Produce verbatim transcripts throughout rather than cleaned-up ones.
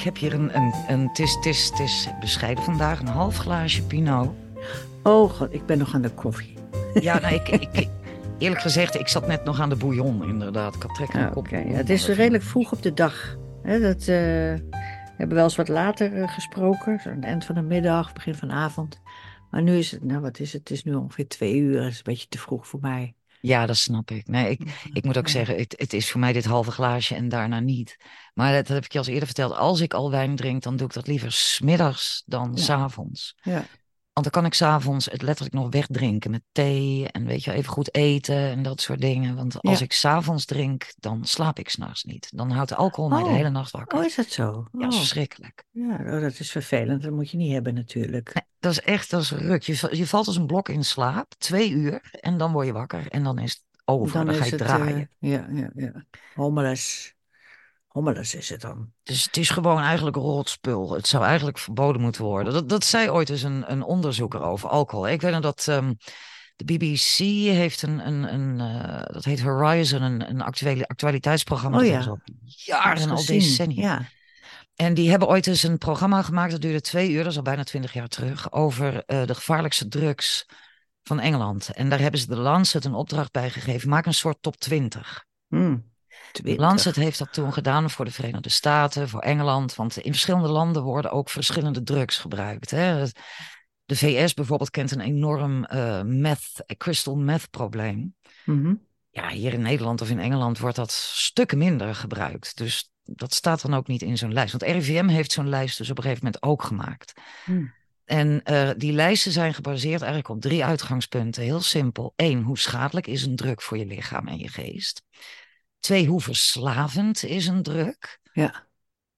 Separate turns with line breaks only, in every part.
heb hier een, een, een het, is, het, is, het is bescheiden vandaag, een half glaasje Pinot.
Oh god, ik ben nog aan de koffie.
Ja, nou, ik, ik, eerlijk gezegd, ik zat net nog aan de bouillon, inderdaad. Ik had trek aan een
Ja,
kop
oké. Ja,
bouillon.
het is redelijk vroeg op de dag. Hè, dat, eh, we hebben wel eens wat later eh, gesproken. Zo aan het eind van de middag, begin van de avond. Maar nu is het, nou wat is het? Het is nu ongeveer twee uur. Het is een beetje te vroeg voor mij.
Ja, dat snap ik. Nee, ik, ik moet ook
Ja.
zeggen, het, het is voor mij dit halve glaasje en daarna niet. Maar dat, dat heb ik je al eerder verteld. Als ik al wijn drink, dan doe ik dat liever 's middags dan 's
Ja.
avonds.
Ja.
Want dan kan ik 's avonds het letterlijk nog wegdrinken met thee en weet je, even goed eten en dat soort dingen. Want als
Ja.
ik 's avonds drink, dan slaap ik 's nachts niet. Dan houdt de alcohol mij de
Oh.
hele nacht wakker.
Oh, is dat zo?
Ja, is
Oh.
verschrikkelijk.
Ja, oh, dat is vervelend. Dat moet je niet hebben natuurlijk.
Nee, dat is echt, dat is ruk. Je, va- je valt als een blok in slaap, twee uur, en dan word je wakker. En dan is het over,
Dan
dan ga
is
je
het, eh,
draaien.
ja, ja, ja. Hommeles. Hommeles is het dan.
Dus het is gewoon eigenlijk rotspul. Het zou eigenlijk verboden moeten worden. Dat, dat zei ooit eens een, een onderzoeker over alcohol. Ik weet nog dat ehm, de B B C heeft een, een, een eh, dat heet Horizon, een, een actuele, actualiteitsprogramma.
Oh
Dat hebben ze
ja,
al
dat is
jaren, al
gezien.
decennia.
Ja.
En die hebben ooit eens een programma gemaakt, dat duurde twee uur, dat is al bijna twintig jaar terug, over eh, de gevaarlijkste drugs van Engeland. En daar hebben ze de Lancet een opdracht bij gegeven. Maak een soort top twintig.
Hm.
Lancet
twintig.
heeft dat toen gedaan voor de Verenigde Staten, voor Engeland. Want in verschillende landen worden ook verschillende drugs gebruikt. Hè. De V S bijvoorbeeld kent een enorm eh meth, crystal meth probleem.
Mhm.
Ja, hier in Nederland of in Engeland wordt dat stukken minder gebruikt. Dus dat staat dan ook niet in zo'n lijst. Want R I V M heeft zo'n lijst dus op een gegeven moment ook gemaakt.
Hm.
En eh, die lijsten zijn gebaseerd eigenlijk op drie uitgangspunten. Heel simpel. Eén, hoe schadelijk is een drug voor je lichaam en je geest? Twee, hoe verslavend is een drug?
Ja.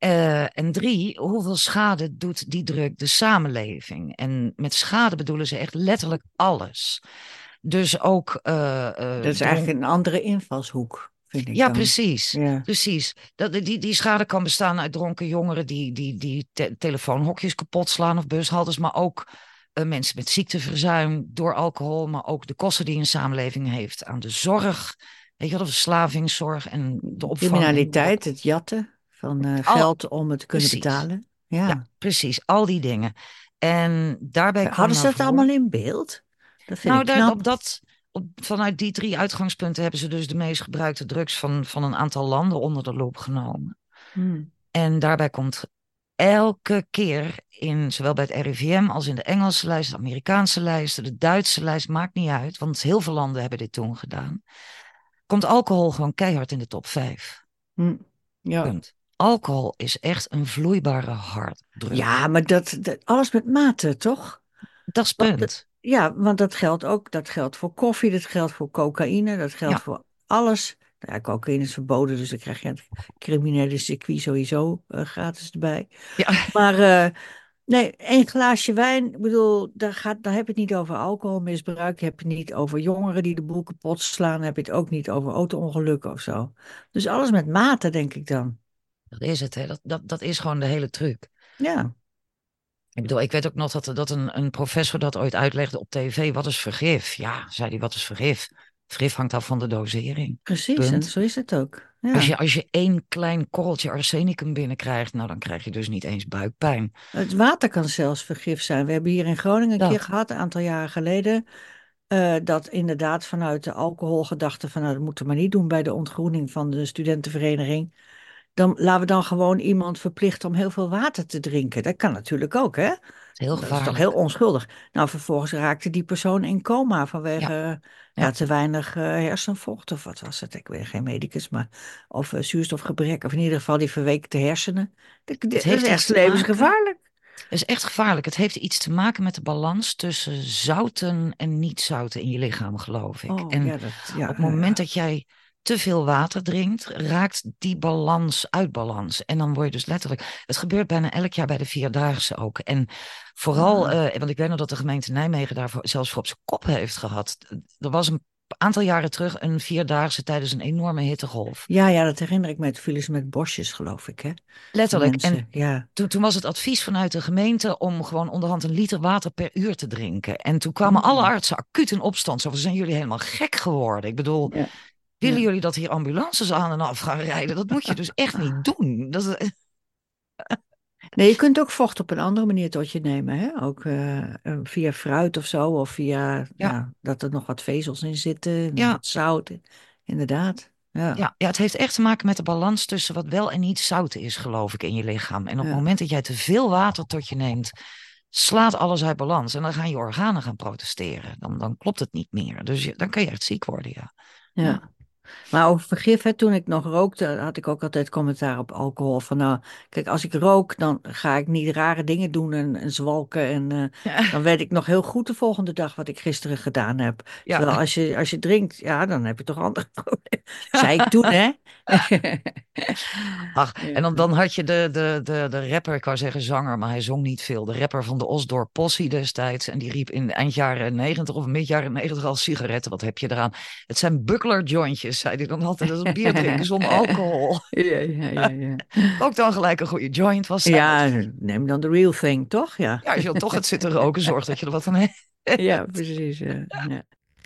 Eh, en drie, hoeveel schade doet die drug de samenleving? En met schade bedoelen ze echt letterlijk alles. Dus ook uh, uh,
Dat is
dronk...
eigenlijk een andere invalshoek, vind ik
Ja,
dan.
precies.
Ja.
Precies. Dat, die, die schade kan bestaan uit dronken jongeren die, die, die te telefoonhokjes kapot slaan of bushaltes, maar ook uh, mensen met ziekteverzuim door alcohol, maar ook de kosten die een samenleving heeft aan de zorg, weet je wel, de verslavingszorg en de opvang. En
Criminaliteit, het jatten van uh,
al,
geld om het te kunnen
precies.
betalen.
Ja,
Ja.
precies. Al die dingen. En daarbij kwam
Hadden ze
naar
dat allemaal
voren.
in beeld? Dat vind
Nou,
ik
daar,
knap.
op dat, op, vanuit die drie uitgangspunten hebben ze dus de meest gebruikte drugs van, van een aantal landen onder de loep genomen.
Hm.
En daarbij komt elke keer in, zowel bij het R I V M als in de Engelse lijst, de Amerikaanse lijst, de Duitse lijst, maakt niet uit, want heel veel landen hebben dit toen gedaan. Komt alcohol gewoon keihard in de top vijf.
Hm. Ja.
Punt. Alcohol is echt een vloeibare harddruk.
Ja, maar dat, dat alles met mate, toch?
Dat is
Want, dat-
punt.
ja, want dat geldt ook. Dat geldt voor koffie, dat geldt voor cocaïne, dat geldt
Ja,
voor alles. Nou ja, cocaïne is verboden, dus dan krijg je het criminele circuit sowieso eh, gratis erbij.
ja.
Maar eh, nee, één glaasje wijn, ik bedoel, daar, gaat, daar heb je het niet over alcoholmisbruik, heb je het niet over jongeren die de boel kapot slaan, heb je het ook niet over auto-ongelukken of zo. Dus alles met mate, denk ik dan.
Dat is het, hè. Dat, dat, dat is gewoon de hele truc.
Ja,
Ik bedoel, ik weet ook nog dat, dat een, een professor dat ooit uitlegde op tv. Wat is vergif? Ja, zei hij, wat is vergif? Vergif hangt af van de dosering.
precies, en
Punt.
zo is het ook.
Als
Ja.
je, als je één klein korreltje arsenicum binnenkrijgt, nou dan krijg je dus niet eens buikpijn.
Het water kan zelfs vergif zijn. We hebben hier in Groningen een keer
Dat.
gehad, een aantal jaren geleden, eh, dat inderdaad vanuit de alcoholgedachte van nou, dat moeten we maar niet doen bij de ontgroening van de studentenvereniging. Dan laten we dan gewoon iemand verplichten om heel veel water te drinken. Dat kan natuurlijk ook, hè?
Is heel
Dat is toch heel
gevaarlijk.
onschuldig. Nou, vervolgens raakte die persoon in coma vanwege
Ja,
eh, ja,
ja.
te weinig eh, hersenvocht of wat was het? Ik ben geen medicus, maar of eh, zuurstofgebrek of in ieder geval die verweekte hersenen. Dat, dat
Het
is
heeft iets
echt
te maken.
levensgevaarlijk.
Het is echt gevaarlijk. Het heeft iets te maken met de balans tussen zouten en niet-zouten in je lichaam, geloof ik.
Oh
En
ja, dat,
op
ja,
het
ja,
moment
ja.
dat jij te veel water drinkt, raakt die balans uit balans. En dan word je dus letterlijk. Het gebeurt bijna elk jaar bij de Vierdaagse ook. En vooral,
Ah.
eh, want ik weet nog dat de gemeente Nijmegen daar voor- zelfs voor op zijn kop heeft gehad. Er was een aantal jaren terug een Vierdaagse tijdens een enorme hittegolf.
Ja, ja, dat herinner ik me. Toen vielen ze met bosjes, geloof ik, hè? Die
Letterlijk. En
mensen, ja.
toen, toen was het advies vanuit de gemeente om gewoon onderhand een liter water per uur te drinken. En toen kwamen alle
Mm.
artsen acuut in opstand. Zo van, zijn jullie helemaal gek geworden? Ik bedoel,
Ja,
willen
ja.
jullie dat hier ambulances aan en af gaan rijden? Dat moet je dus echt niet doen. Dat is,
Nee, je kunt ook vocht op een andere manier tot je nemen, hè? Ook eh, eh, via fruit of zo, of via
Ja,
ja, dat er nog wat vezels in zitten, en
ja,
wat zout. Inderdaad. Ja,
ja, ja, het heeft echt te maken met de balans tussen wat wel en niet zout is, geloof ik, in je lichaam. En op het
ja,
moment dat jij te veel water tot je neemt, slaat alles uit balans. En dan gaan je organen gaan protesteren. Dan, dan klopt het niet meer. Dus je- dan kan je echt ziek worden, ja. Ja,
ja. Maar over vergif, hè, toen ik nog rookte, had ik ook altijd commentaar op alcohol. Van nou, kijk, als ik rook, dan ga ik niet rare dingen doen en, en zwalken. En eh, dan weet ik nog heel goed de volgende dag wat ik gisteren gedaan heb.
ja.
Terwijl als je, als je drinkt, ja, dan heb je toch andere problemen. Zei ik toen, hè?
Ach, en
Ja.
dan, dan had je de, de, de, de rapper, ik wou zeggen zanger, maar hij zong niet veel. De rapper van de Osdorp Possie destijds. En die riep in eind jaren negentig of mid jaren negentig al sigaretten. Wat heb je eraan? Het zijn buckler jointjes, zei hij dan altijd. Dat is bier drinken zonder alcohol.
Ja, ja, ja, ja.
Ook dan gelijk een goede joint was zijn
Ja,
advies.
neem dan de real thing, toch? Ja,
Ja, als je dan toch het zitten roken, zorg dat je er wat van hebt.
ja, precies. Ja, ja.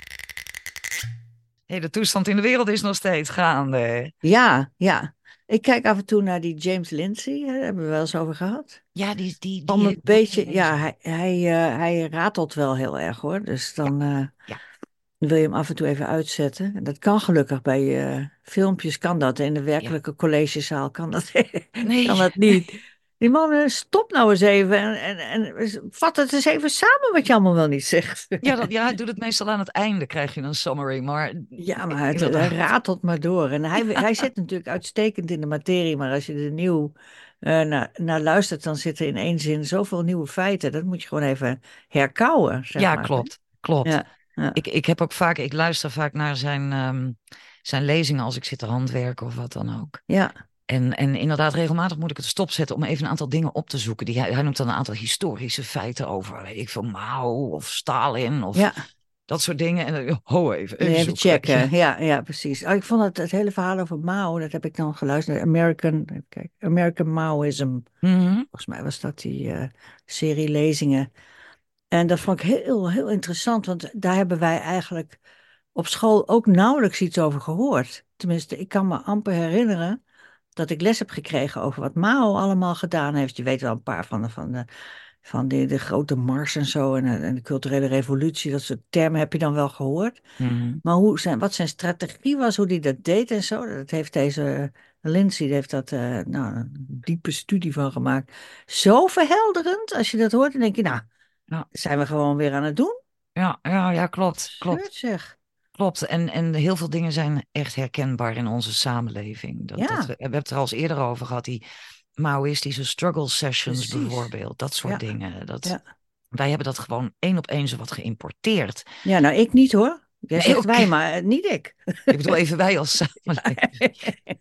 Hey, de toestand in de wereld is nog steeds gaande.
Ja, ja. Ik kijk af en toe naar die James Lindsay, hè, daar hebben we wel eens over gehad.
Ja, die, die,
Om
die
een
heeft boeken
beetje, ja,
gelezen.
hij, hij, eh, hij ratelt wel heel erg hoor. Dus
Ja,
dan eh,
ja.
wil je hem af en toe even uitzetten. En dat kan gelukkig bij eh, filmpjes, kan dat. In de
Ja.
werkelijke collegezaal kan dat, kan
Nee.
dat niet. Die man, eh, stop nou eens even en, en, en vat het eens even samen wat je allemaal wel niet zegt.
Ja, dat, ja, hij doet het meestal aan het einde, krijg je een summary. Maar
Ja, maar het, hij
inderdaad.
ratelt maar door. En hij, hij zit natuurlijk uitstekend in de materie, maar als je er nieuw eh, naar, naar luistert, dan zitten in één zin zoveel nieuwe feiten. Dat moet je gewoon even herkauwen, zeg
Ja,
maar. Hè?
klopt. Klopt.
Ja, ja,
Ik, ik heb ook vaak, ik luister vaak naar zijn, ehm, zijn lezingen als ik zit te handwerken of wat dan ook.
ja,
En, en inderdaad, regelmatig moet ik het stopzetten om even een aantal dingen op te zoeken. Die, hij, hij noemt dan een aantal historische feiten over, weet ik veel, Mao of Stalin of
ja.
dat soort dingen. En dan, ho, even, even
Nee, even
zoeken, weet je.
checken. Ja, ja, precies. Oh, ik vond het, het hele verhaal over Mao, dat heb ik dan geluisterd. American, even kijken, American Maoism.
Mhm.
Volgens mij was dat die eh, serie lezingen. En dat vond ik heel, heel interessant, want daar hebben wij eigenlijk op school ook nauwelijks iets over gehoord. Tenminste, ik kan me amper herinneren dat ik les heb gekregen over wat Mao allemaal gedaan heeft. Je weet wel een paar van de, van de, van de, de grote mars en zo en, en de culturele revolutie, dat soort termen heb je dan wel gehoord.
Mhm.
Maar hoe zijn, wat zijn strategie was, hoe hij dat deed en zo, dat heeft deze Lindsay, die heeft dat, eh, nou, een diepe studie van gemaakt. Zo verhelderend, als je dat hoort, dan denk je, nou,
Ja,
zijn we gewoon weer aan het doen?
ja, ja, ja, klopt,
Absurd
klopt.
zeg.
Klopt, en, en heel veel dingen zijn echt herkenbaar in onze samenleving. Dat, dat, we
Ja,
hebben het er al eens eerder over gehad, die Maoïstische struggle sessions
precies.
bijvoorbeeld, dat soort
Ja,
dingen. Dat,
ja.
wij hebben dat gewoon één op één zo wat geïmporteerd.
Ja, nou, ik niet hoor. Jij
Nee,
zegt
oké.
wij, maar eh, niet ik.
Ik bedoel even wij als samenleving.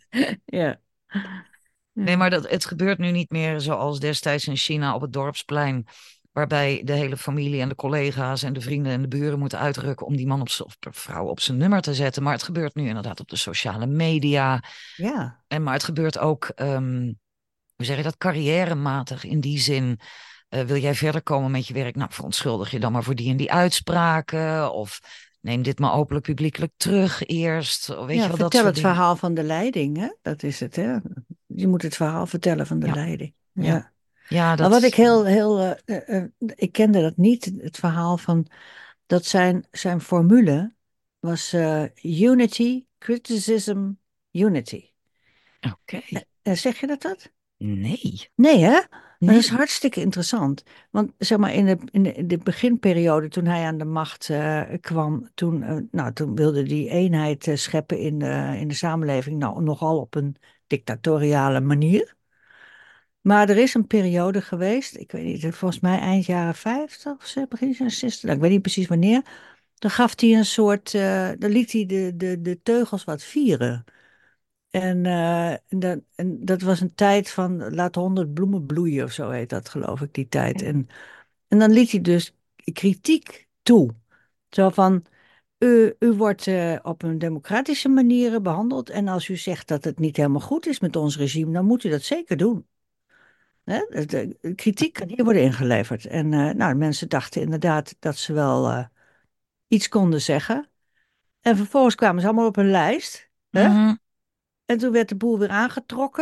Ja.
Nee,
Ja.
maar dat, het gebeurt nu niet meer zoals destijds in China op het dorpsplein, waarbij de hele familie en de collega's en de vrienden en de buren moeten uitrukken om die man op z'n- of vrouw op zijn nummer te zetten. Maar het gebeurt nu inderdaad op de sociale media.
Ja.
En, maar het gebeurt ook, ehm, hoe zeg je dat, carrièrematig in die zin. Eh, wil jij verder komen met je werk? Nou, verontschuldig je dan maar voor die en die uitspraken. Of neem dit maar openlijk publiekelijk terug eerst. Of weet je
Ja,
wel, dat
vertel
soort
het
dingen.
verhaal van de leiding, hè? Dat is het, hè? Je moet het verhaal vertellen van de
Ja,
leiding.
ja,
Ja.
ja,
Maar wat ik
dat.
heel, heel, eh, eh, eh, ik kende dat niet, het verhaal van, dat zijn, zijn formule was eh, unity, criticism, unity.
Oké.
Eh, zeg je dat dat?
Nee,
Nee, hè? Maar dat is
nee.
hartstikke interessant. Want zeg maar, in de, in de, in de beginperiode, toen hij aan de macht eh, kwam, toen, eh, nou, toen wilde hij eenheid eh, scheppen in de, in de samenleving, nou, nogal op een dictatoriale manier. Maar er is een periode geweest, ik weet niet, volgens mij eind jaren vijftig of zo, begin jaren zestig, nou, ik weet niet precies wanneer. Dan gaf hij een soort, eh, dan liet hij de, de, de teugels wat vieren. En, eh, en, dat, en dat was een tijd van laat honderd bloemen bloeien of zo heet dat, geloof ik, die tijd. En, en dan liet hij dus kritiek toe. Zo van, u, u wordt eh, op een democratische manier behandeld en als u zegt dat het niet helemaal goed is met ons regime, dan moet u dat zeker doen. Hè? De, de- de kritiek kan hier worden ingeleverd. En eh, nou, mensen dachten inderdaad dat ze wel eh, iets konden zeggen. En vervolgens kwamen ze allemaal op een lijst. Hè?
Mhm.
En toen werd de boel weer aangetrokken.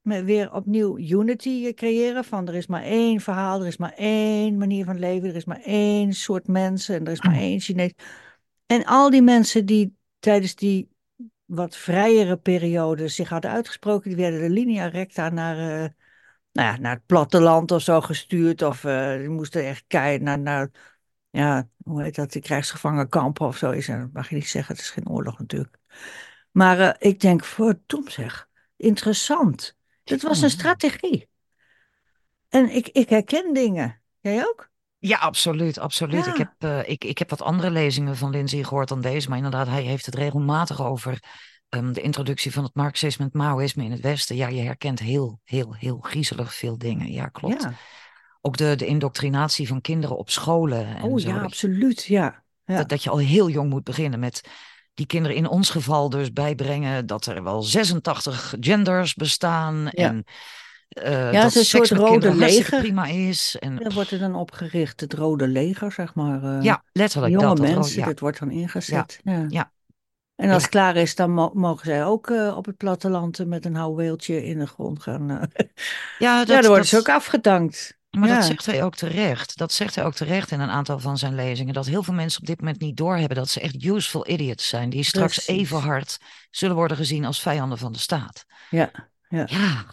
met weer opnieuw unity creëren. Van er is maar één verhaal, er is maar één manier van leven, er is maar één soort mensen en er is maar één Chinees. En al die mensen die tijdens die wat vrijere periode zich hadden uitgesproken, die werden de linea recta naar, uh, nou ja, naar het platteland of zo gestuurd. Of uh, die moesten echt kijken naar, naar, ja, hoe heet dat, die krijgsgevangenkampen of zo. Is, dat mag je niet zeggen, het is geen oorlog natuurlijk. Maar uh, ik denk, verdomd zeg, interessant. Dat was een strategie. En ik, ik herken dingen. Jij ook?
Ja, absoluut, absoluut. Ik heb,
Ja,
uh, ik, ik heb wat andere lezingen van Lindsay gehoord dan deze, maar inderdaad, hij heeft het regelmatig over um, de introductie van het Marxisme en het Maoïsme in het Westen. Ja, je herkent heel, heel, heel griezelig veel dingen. Ja, klopt.
ja.
Ook de, de indoctrinatie van kinderen op scholen en
Oh
zo.
ja,
Dat,
absoluut, ja.
dat,
Ja,
dat je al heel jong moet beginnen met die kinderen in ons geval dus bijbrengen dat er wel zesentachtig genders bestaan
ja.
en uh,
Ja, het is
dat
een
seks
soort
met
rode
kinderen hartstikke
leger.
prima is. En
Dat wordt er dan opgericht, het Rode Leger, zeg maar. Uh,
ja, letterlijk
jonge
dat. dat ro-
mensen,
ja,
dat wordt dan
ja,
ingezet. Ja.
ja,
En als
ja.
het klaar is, dan mo- mogen zij ook uh, op het platteland uh, met een houweeltje in de grond gaan. Uh.
Ja,
Ja, dan
dat,
worden ze ook
dat,
afgedankt.
maar dat
Ja,
zegt hij ook terecht. Dat zegt hij ook terecht in een aantal van zijn lezingen. Dat heel veel mensen op dit moment niet doorhebben dat ze echt useful idiots zijn. Die straks even
precies.
hard zullen worden gezien als vijanden van de staat.
Ja, ja,
Ja,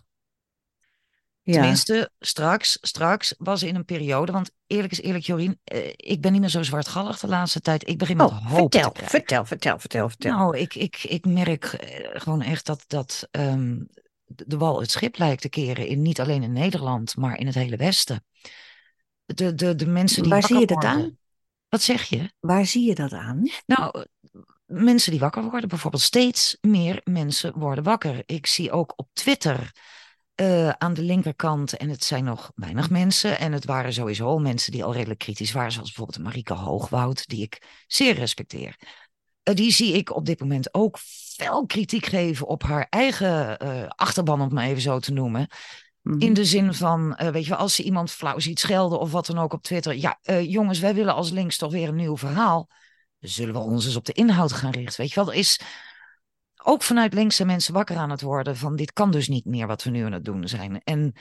ja.
tenminste, straks, straks was in een periode. Want eerlijk is eerlijk, Jorien, eh, ik ben niet meer zo zwartgallig de laatste tijd. Ik begin met
Oh,
hoop te
vertel,
krijgen.
vertel, vertel, vertel, vertel.
Nou, ik, ik, ik merk eh, gewoon echt dat, dat ehm, de de wal het schip lijkt te keren. In, niet alleen in Nederland, maar in het hele Westen. De, de, de mensen die
Waar zie
wakker
je dat aan?
worden. Wat zeg je?
Waar zie je dat aan?
Nou, mensen die wakker worden, bijvoorbeeld steeds meer mensen worden wakker. Ik zie ook op Twitter eh, aan de linkerkant, en het zijn nog weinig mensen, en het waren sowieso al mensen die al redelijk kritisch waren, zoals bijvoorbeeld Marieke Hoogwoud, die ik zeer respecteer. Eh, die zie ik op dit moment ook fel kritiek geven op haar eigen eh, achterban, om het maar even zo te noemen. In
Mhm.
de zin van, uh, weet je wel, als ze iemand flauw ziet schelden of wat dan ook op Twitter. Ja, uh, jongens, wij willen als links toch weer een nieuw verhaal. Dan zullen we ons eens op de inhoud gaan richten. Weet je wel, er is ook vanuit linkse mensen wakker aan het worden van dit kan dus niet meer wat we nu aan het doen zijn. En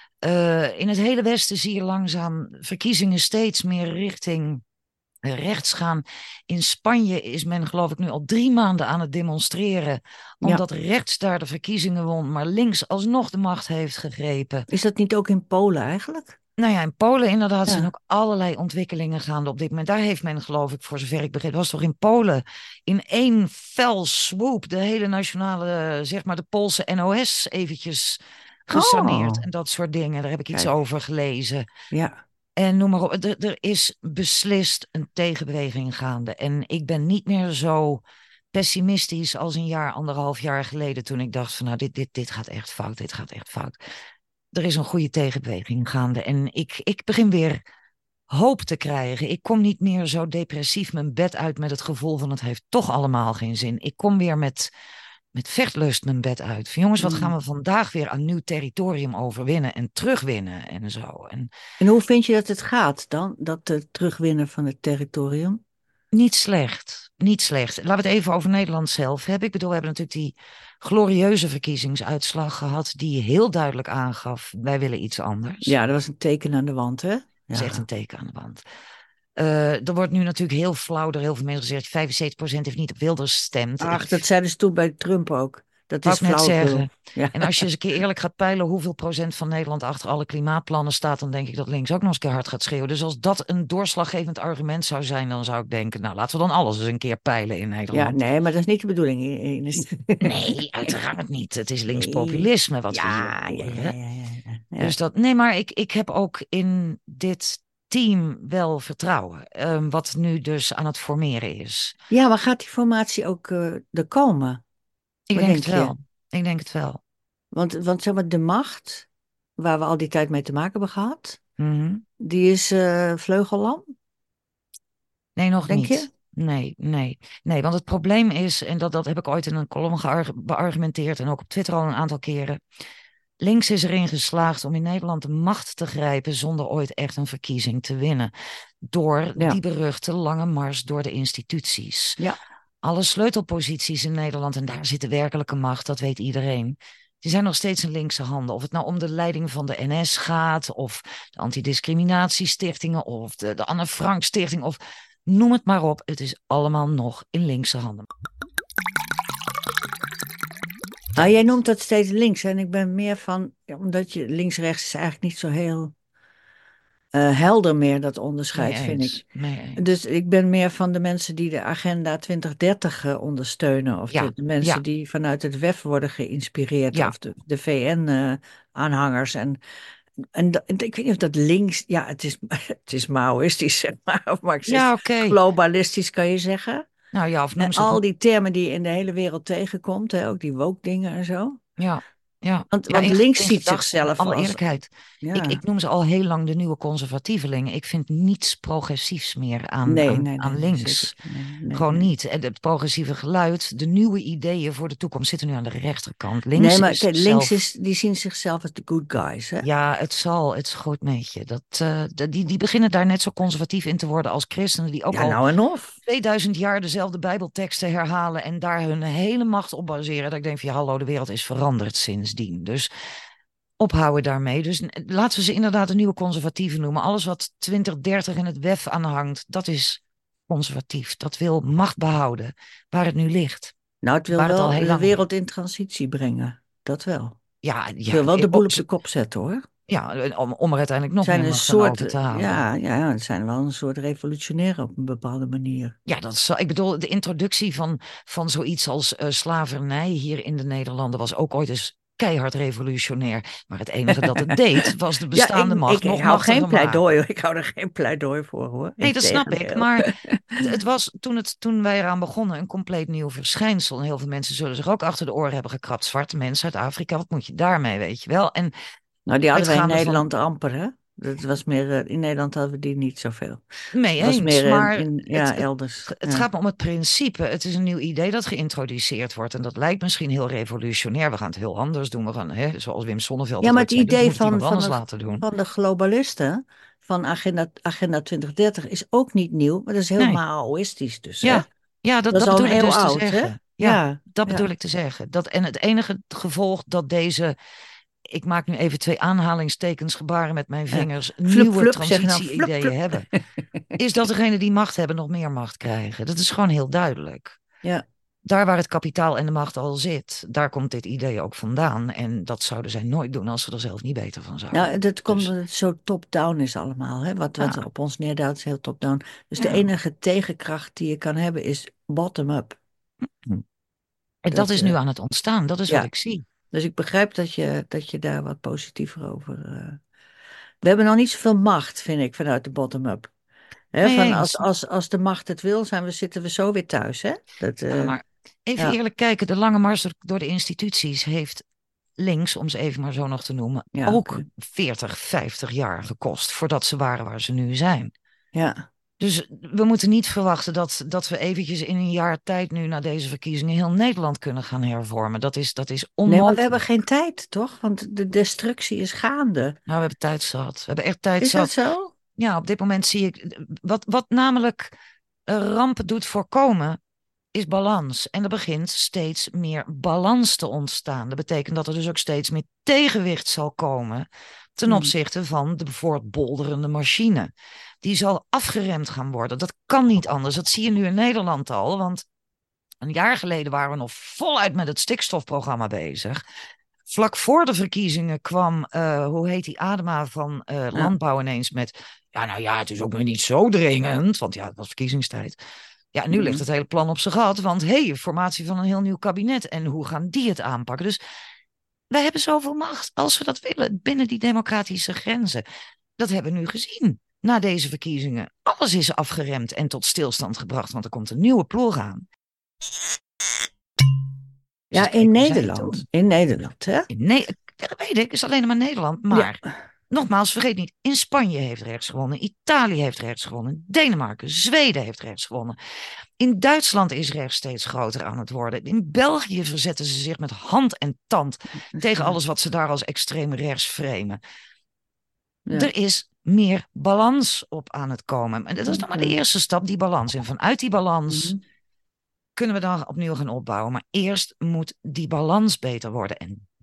uh, in het hele Westen zie je langzaam verkiezingen steeds meer richting rechts gaan. In Spanje is men geloof ik nu al drie maanden aan het demonstreren.
Ja.
Omdat rechts daar de verkiezingen won, maar links alsnog de macht heeft gegrepen.
Is dat niet ook in Polen eigenlijk?
Nou ja, in Polen inderdaad zijn
Ja.
ook allerlei ontwikkelingen gaande op dit moment. Daar heeft men, geloof ik, voor zover ik begreep, was toch in Polen in één fel swoop de hele nationale, zeg maar de Poolse N O S eventjes gesaneerd
Oh,
en dat soort dingen. Daar heb ik iets
kijk.
over gelezen.
Ja.
En noem maar op, er, er is beslist een tegenbeweging gaande. En ik ben niet meer zo pessimistisch als een jaar, anderhalf jaar geleden, toen ik dacht van nou, dit, dit, dit gaat echt fout, dit gaat echt fout. Er is een goede tegenbeweging gaande en ik, ik begin weer hoop te krijgen. Ik kom niet meer zo depressief mijn bed uit met het gevoel van het heeft toch allemaal geen zin. Ik kom weer met, met vechtlust mijn bed uit. Van jongens, wat gaan
Mm.
we vandaag weer aan nieuw territorium overwinnen en terugwinnen en zo. En
En hoe vind je dat het gaat dan, dat uh, terugwinnen van het territorium?
niet slecht, niet slecht. Laten we het even over Nederland zelf hebben. Ik bedoel, we hebben natuurlijk die glorieuze verkiezingsuitslag gehad die heel duidelijk aangaf, wij willen iets anders.
Ja, dat was een teken aan de wand, hè?
Dat is echt een
Ja.
teken aan de wand. Uh, er wordt nu natuurlijk heel flauw door heel veel mensen gezegd, vijfenzeventig procent heeft niet op Wilders gestemd.
Ach, dat
Ik
zeiden ze toen bij Trump ook. Dat
wou
is
ik net
flauwekul.
zeggen.
Ja.
En als je eens een keer eerlijk gaat peilen hoeveel procent van Nederland achter alle klimaatplannen staat, dan denk ik dat links ook nog eens een keer hard gaat schreeuwen. Dus als dat een doorslaggevend argument zou zijn, dan zou ik denken, nou laten we dan alles eens een keer peilen in
Ja,
Nederland.
nee, maar dat is niet de bedoeling. Ines.
Nee, uiteraard niet. Het is
Nee.
linkspopulisme wat we hier
Ja, ja, ja,
horen.
ja, ja, ja. Ja.
Dus dat, nee, maar ik, ik heb ook in dit team wel vertrouwen. Um, wat nu dus aan het formeren is.
Ja, maar gaat die formatie ook uh, er komen?
Ik
Wat
denk het
denk je?
wel. Ik denk het wel.
Want, want zeg maar, de macht, waar we al die tijd mee te maken hebben gehad,
Mm-hmm.
die is uh, vleugellam,
Nee, nog
denk je?
niet. Nee, nee. Nee, want het probleem is, en dat, dat heb ik ooit in een column gearg- beargumenteerd en ook op Twitter al een aantal keren. Links is erin geslaagd om in Nederland de macht te grijpen zonder ooit echt een verkiezing te winnen. Door
Ja,
die beruchte lange mars door de instituties.
ja,
Alle sleutelposities in Nederland, en daar zit de werkelijke macht, dat weet iedereen. die zijn nog steeds in linkse handen. Of het nou om de leiding van de N S gaat, of de antidiscriminatiestichtingen, of de, de Anne Frank Stichting, of noem het maar op. Het is allemaal nog in linkse handen.
Nou, jij noemt dat steeds links en ik ben meer van, ja, omdat je links-rechts is eigenlijk niet zo heel uh, helder meer, dat onderscheid,
Mee
vind
eens,
ik.
mee eens.
Dus ik ben meer van de mensen die de Agenda twintig dertig uh, ondersteunen, of de,
Ja,
de mensen
ja,
die vanuit het W E F worden geïnspireerd,
ja.
of de, de V N-aanhangers. en En, dat- en ik weet niet of dat links, ja, het is, het is Maoïstisch, zeg maar, of
Ja,
Marxistisch,
oké. Okay.
globalistisch kan je zeggen.
Nou ja, of
En
noem ze
al
het.
die termen die je in de hele wereld tegenkomt, hè, ook die woke dingen en zo.
Ja, ja.
Want,
Ja,
want
in,
links
in
ziet
gedachten, in
zichzelf
alle
als,
eerlijkheid. Ik, ik
ja,
noem ze al heel lang de nieuwe conservatievelingen. Ik vind niets progressiefs meer aan,
nee,
aan,
nee, nee,
aan
nee, zeker,
links.
nee, nee,
Gewoon
nee.
niet. En het progressieve geluid, de nieuwe ideeën voor de toekomst zitten nu aan de rechterkant.
Nee,
Links
maar
is
kijk, links
zichzelf.
is, die zien zichzelf als de good guys, hè.
Ja, het zal, het is goed met je. Dat, uh, de, die, die beginnen daar net zo conservatief in te worden als christenen, die ook
Ja,
al
nou en of.
tweeduizend jaar dezelfde Bijbelteksten herhalen en daar hun hele macht op baseren. Dat ik denk van ja, hallo, de wereld is veranderd sindsdien. Dus ophouden daarmee. Dus laten we ze inderdaad een nieuwe conservatieven noemen. Alles wat twintig dertig in het W E F aanhangt, dat is conservatief. Dat wil macht behouden waar het nu ligt.
Nou, het wil
Waar het al
wel
heel
de
lang ligt.
wereld in transitie brengen, dat wel.
Ja,
Het
ja,
wil wel de boel
op,
op de kop zetten, hoor.
ja om, om er uiteindelijk nog
Zijn
meer
een
macht aan
soort,
over te halen.
ja, ja, het zijn wel een soort revolutionair op een bepaalde manier.
Ja, dat is, ik bedoel, de introductie van, van zoiets als uh, slavernij hier in de Nederlanden was ook ooit eens keihard revolutionair. Maar het enige dat het deed, was de
Ja,
bestaande
ik,
macht
ik, ik
nog
hou geen
machtiger
pleidooi,
maken.
hoor. Ik hou er geen pleidooi voor, hoor.
Nee, dat snap ik.
Integendeel.
Maar het, het was toen, het, toen wij eraan begonnen een compleet nieuw verschijnsel. En heel veel mensen zullen zich ook achter de oren hebben gekrapt. Zwarte mensen uit Afrika, wat moet je daarmee, weet je wel? En
Nou, die hadden wij in
uitgaande van
Nederland amper, hè? Dat was meer, eh, in Nederland hadden we die niet zoveel.
mee
Het was
eens,
meer in,
maar
in
het,
ja,
het,
elders.
het
Ja.
gaat me om het principe. Het is een nieuw idee dat geïntroduceerd wordt. En dat lijkt misschien heel revolutionair. We gaan het heel anders doen. We gaan, hè, zoals Wim Sonneveld
Ja,
het
maar
ooit
het
zei, dit
idee
moet het
van,
iemand
van,
anders
het,
laten doen.
van de globalisten, van Agenda, Agenda twintig dertig, is ook niet nieuw, maar dat is heel
Nee,
Maoïstisch dus, hè?
ja, ja dat,
Dat is
dat
al een
bedoel ik
eeuw
dus te
oud, hè?
zeggen. Ja,
Ja,
dat bedoel
ja.
ik te zeggen. Dat, en het enige gevolg dat deze, ik maak nu even twee aanhalingstekens gebaren met mijn
Ja.
vingers,
Flup,
nieuwe
flup, zeg nou, flup,
transitie-ideeën
flup.
hebben, is dat degenen die macht hebben nog meer macht krijgen. Dat is gewoon heel duidelijk.
Ja.
Daar waar het kapitaal en de macht al zit, daar komt dit idee ook vandaan. En dat zouden zij nooit doen als ze er zelf niet beter van zouden
Nou,
worden.
dat komt
Dus
omdat het zo top-down is allemaal. Hè? Wat, wat
ja,
op ons neerdaalt is heel top-down. Dus de
ja.
enige tegenkracht die je kan hebben is bottom-up.
Hm. En dat
Dat,
is nu
eh,
aan het ontstaan. Dat is wat
ja,
ik zie.
dus ik begrijp dat je, dat je daar wat positiever over... eh, We hebben nog niet zoveel macht, vind ik, vanuit de bottom-up. Hè,
Mee
van als,
eens.
als, als de macht het wil, zijn we, zitten we zo weer thuis. Hè? Dat,
Ja,
eh,
maar even
ja,
eerlijk kijken. De lange mars door door de instituties heeft links, om ze even maar zo nog te noemen,
ja,
ook
oké.
veertig, vijftig jaar gekost voordat ze waren waar ze nu zijn.
Ja.
Dus we moeten niet verwachten dat, dat we eventjes in een jaar tijd nu na deze verkiezingen heel Nederland kunnen gaan hervormen. Dat is, dat is
Nee, maar we hebben
onmogelijk.
geen tijd, toch? Want de destructie is gaande.
Nou, we hebben tijd zat. We hebben echt tijd
Is dat
zat.
zo?
Ja, op dit moment zie ik. Wat, wat namelijk eh, rampen doet voorkomen, is balans. En er begint steeds meer balans te ontstaan. Dat betekent dat er dus ook steeds meer tegenwicht zal komen ten
Hmm.
opzichte van de voortbolderende machine. Die zal afgeremd gaan worden. Dat kan niet anders. Dat zie je nu in Nederland al. Want een jaar geleden waren we nog voluit met het stikstofprogramma bezig. Vlak voor de verkiezingen kwam, uh, hoe heet die, Adema van uh,
Ja.
Landbouw ineens met... Ja, nou ja, het is ook nog niet zo dringend, want ja, het was verkiezingstijd. Ja, nu
Hmm.
ligt het hele plan op zijn gat, want hé, hey, formatie van een heel nieuw kabinet. En hoe gaan die het aanpakken? Dus wij hebben zoveel macht, als we dat willen, binnen die democratische grenzen. Dat hebben we nu gezien, na deze verkiezingen. Alles is afgeremd en tot stilstand gebracht, want er komt een nieuwe ploeg aan.
Ja,
Dus
in
kijk,
Nederland. In Nederland, hè?
Nee, dat weet ik, is alleen maar Nederland. Maar,
ja.
nogmaals, vergeet niet, in Spanje heeft rechts gewonnen, Italië heeft rechts gewonnen, Denemarken, Zweden heeft rechts gewonnen. In Duitsland is rechts steeds groter aan het worden. In België verzetten ze zich met hand en tand tegen alles wat ze daar als extreem rechts framen. Ja. Er is meer balans op aan het komen. En dat is nog maar de eerste stap, die balans. En vanuit die balans... Mm-hmm. kunnen we dan opnieuw gaan opbouwen. Maar eerst moet die balans beter worden. En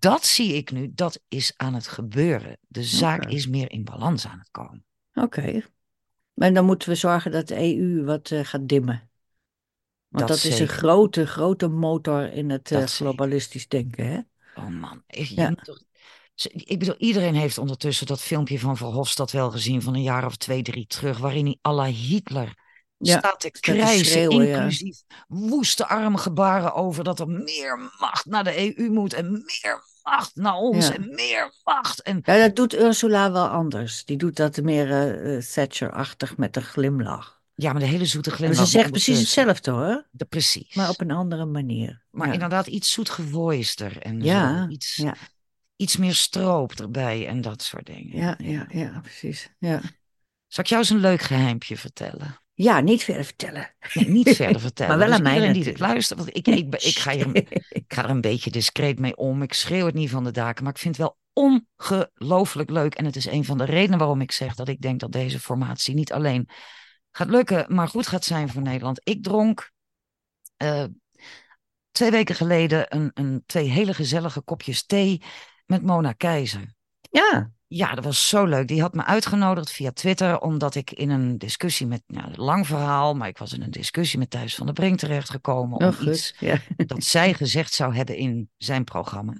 dat zie ik nu, dat is aan het gebeuren. De zaak
Oké.
is meer in balans aan het komen.
Oké. Maar dan moeten we zorgen dat de E U wat eh, gaat dimmen. Want
Dat
dat is een
zeker,
grote, grote motor in het eh,
dat zeker.
globalistisch denken, hè?
Oh man, ik- je
Ja,
moet toch... Ik bedoel, iedereen heeft ondertussen dat filmpje van Verhofstadt wel gezien van een jaar of twee, drie terug, waarin hij à la Hitler
ja.
staat te
Staat te
krijsen,
schreeuwen, ja.
inclusief woeste armgebaren over dat er meer macht naar de E U moet en meer macht naar ons
Ja.
en meer macht. En
Ja, dat doet Ursula wel anders. Die doet dat meer eh, eh, Thatcher-achtig met een glimlach.
ja, maar de hele zoete
En ze
glimlach, maar
zegt precies
ondertussen,
hetzelfde hoor,
de,
maar
precies.
op een andere manier.
Maar
Ja,
inderdaad iets zoetgevoister en zo,
ja,
iets,
ja,
iets meer stroop erbij en dat soort dingen.
ja, ja,
Ja.
ja, precies. Ja,
Zal ik jou eens een leuk geheimpje vertellen?
ja, niet verder vertellen.
Nee, niet verder
Maar
vertellen.
wel
Dus
aan mij
iedereen die dit
natuurlijk.
luistert, want ik, ik, ben- ik, ga hier, ik ga er een beetje discreet mee om. Ik schreeuw het niet van de daken, maar ik vind het wel ongelooflijk leuk. En het is een van de redenen waarom ik zeg dat ik denk dat deze formatie niet alleen gaat lukken, maar goed gaat zijn voor Nederland. Ik dronk eh, twee weken geleden een, een, twee hele gezellige kopjes thee met Mona Keizer.
Ja,
Ja, dat was zo leuk. Die had me uitgenodigd via Twitter, omdat ik in een discussie met, nou, een lang verhaal, maar ik was in een discussie met Thijs van der Brink terechtgekomen
oh
om
goed.
iets
Ja.
dat zij gezegd zou hebben in zijn programma.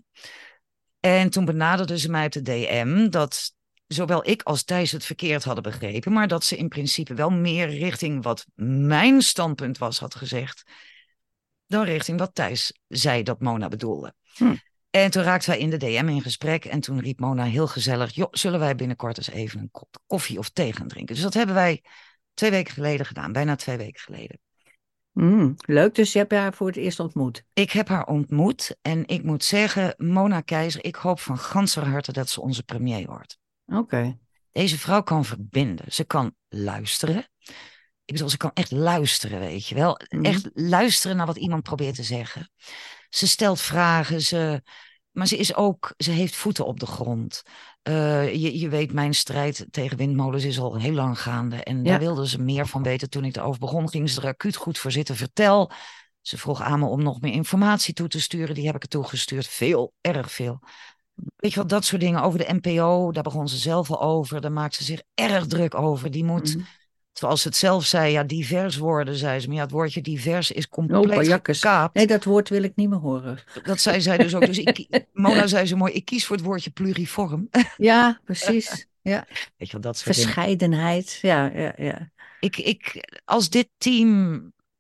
En toen benaderde ze mij op de D M dat zowel ik als Thijs het verkeerd hadden begrepen, maar dat ze in principe wel meer richting wat mijn standpunt was had gezegd, dan richting wat Thijs zei dat Mona bedoelde.
Hm.
En toen raakten wij in de D M in gesprek. En toen riep Mona heel gezellig: joh, zullen wij binnenkort eens even een kop koffie of thee gaan drinken? Dus dat hebben wij twee weken geleden gedaan, bijna twee weken geleden.
Mm, leuk, dus je hebt haar voor het eerst ontmoet.
Ik heb haar ontmoet en ik moet zeggen, Mona Keizer, ik hoop van ganser harte dat ze onze premier wordt.
Oké.
Deze vrouw kan verbinden. Ze kan luisteren. Ik bedoel, ze kan echt luisteren, weet je wel.
Mhm.
Echt luisteren naar wat iemand probeert te zeggen. Ze stelt vragen, ze, maar ze is ook, ze heeft voeten op de grond. Uh, je, je weet, mijn strijd tegen windmolens is al heel lang gaande. En
Ja.
daar wilden ze meer van weten. Toen ik erover begon, ging ze er acuut goed voor zitten. Vertel. Ze vroeg aan me om nog meer informatie toe te sturen. Die heb ik er toegestuurd. Veel, erg veel. Weet je wat, dat soort dingen over de N P O, daar begon ze zelf al over. Daar maakt ze zich erg druk over. Die moet,
Mhm.
zoals ze het zelf zei, ja, divers worden, zei ze. Maar ja, het woordje divers is
Oh,
compleet
pajakkes.
gekaapt.
Nee, dat woord wil ik niet meer horen.
Dat zei zij dus ook. Dus ik, Mona zei zo mooi, ik kies voor het woordje pluriform.
Ja, precies. Ja.
Weet je wel, dat soort dingen.
Verscheidenheid. Ja, ja, ja.
Ik, ik, als dit team,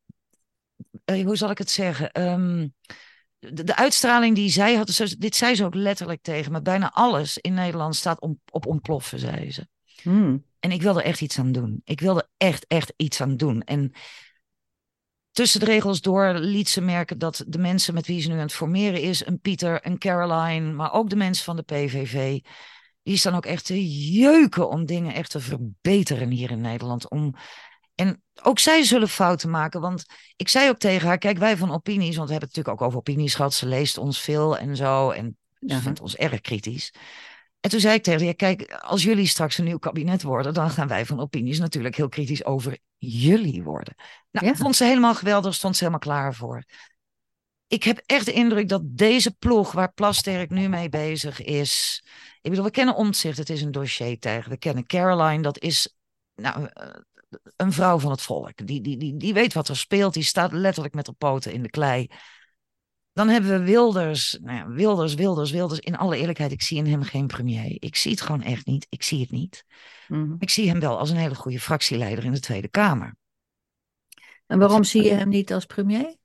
eh, hoe zal ik het zeggen? Ehm, de, de uitstraling die zij had, zo- dit zei ze ook letterlijk tegen me. Bijna alles in Nederland staat om, op ontploffen, zei ze.
Hmm.
En ik wilde echt iets aan doen. Ik wilde echt, echt iets aan doen. En tussen de regels door liet ze merken dat de mensen met wie ze nu aan het formeren is, een Pieter, een Caroline, maar ook de mensen van de P V V, die staan ook echt te jeuken om dingen echt te verbeteren hier in Nederland. Om... En ook zij zullen fouten maken, want ik zei ook tegen haar, kijk, wij van opinies, want we hebben het natuurlijk ook over opinies gehad, ze leest ons veel en zo, en ze
Aha.
vindt ons erg kritisch. En toen zei ik tegen haar, kijk, als jullie straks een nieuw kabinet worden, dan gaan wij van opinies natuurlijk heel kritisch over jullie worden. Nou,
Ja.
vond ze helemaal geweldig, stond ze helemaal klaar voor. Ik heb echt de indruk dat deze ploeg waar Plasterk nu mee bezig is. Ik bedoel, we kennen Omtzigt, het is een dossiertijger. We kennen Caroline, dat is nou, een vrouw van het volk. Die, die, die, die weet wat er speelt, die staat letterlijk met haar poten in de klei. Dan hebben we Wilders, nou ja, Wilders, Wilders, Wilders. In alle eerlijkheid, ik zie in hem geen premier. Ik zie het gewoon echt niet. Ik zie het niet.
Mhm.
Ik zie hem wel als een hele goede fractieleider in de Tweede Kamer.
En waarom zie je hem niet als premier?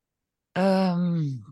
Um,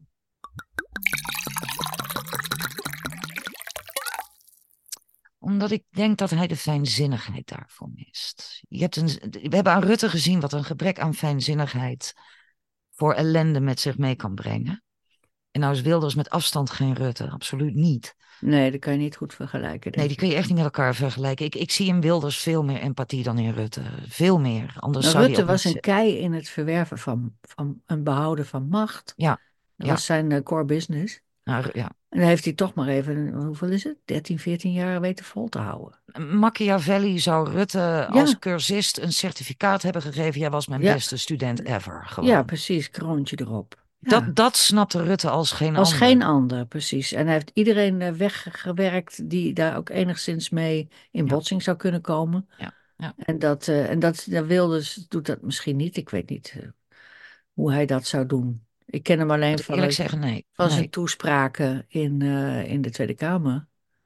omdat ik denk dat hij de fijnzinnigheid daarvoor mist. Je hebt een, we hebben aan Rutte gezien wat een gebrek aan fijnzinnigheid voor ellende met zich mee kan brengen. En nou is Wilders met afstand geen Rutte, absoluut niet.
Nee, dat kan je niet goed vergelijken.
Nee, die kun je echt niet met elkaar vergelijken. Ik, ik zie in Wilders veel meer empathie dan in Rutte. Veel meer. Anders
nou,
zou
Rutte
hij ook
was
niet...
een kei in het verwerven van, van een behouden van macht.
Ja.
Dat
ja.
was zijn uh, core business.
Nou, ja.
En dan heeft hij toch maar even, hoeveel is het? dertien, veertien jaar weten vol te houden.
Machiavelli zou Rutte
Ja.
als cursist een certificaat hebben gegeven. Jij was mijn
Ja.
beste student ever. Gewoon.
Ja, precies. Kroontje erop. Ja.
Dat, dat snapte Rutte als geen
Als
ander.
geen ander, precies. En hij heeft iedereen eh, weggewerkt die daar ook enigszins mee in
Ja,
botsing zou kunnen komen.
ja, ja.
En dat, eh, en dat, dat Wilders doet dat misschien niet. Ik weet niet eh, hoe hij dat zou doen. Ik ken hem alleen
Moet ik
van,
eerlijk
het-
zeggen, nee.
van zijn
Nee.
toespraken in, eh, in de Tweede Kamer.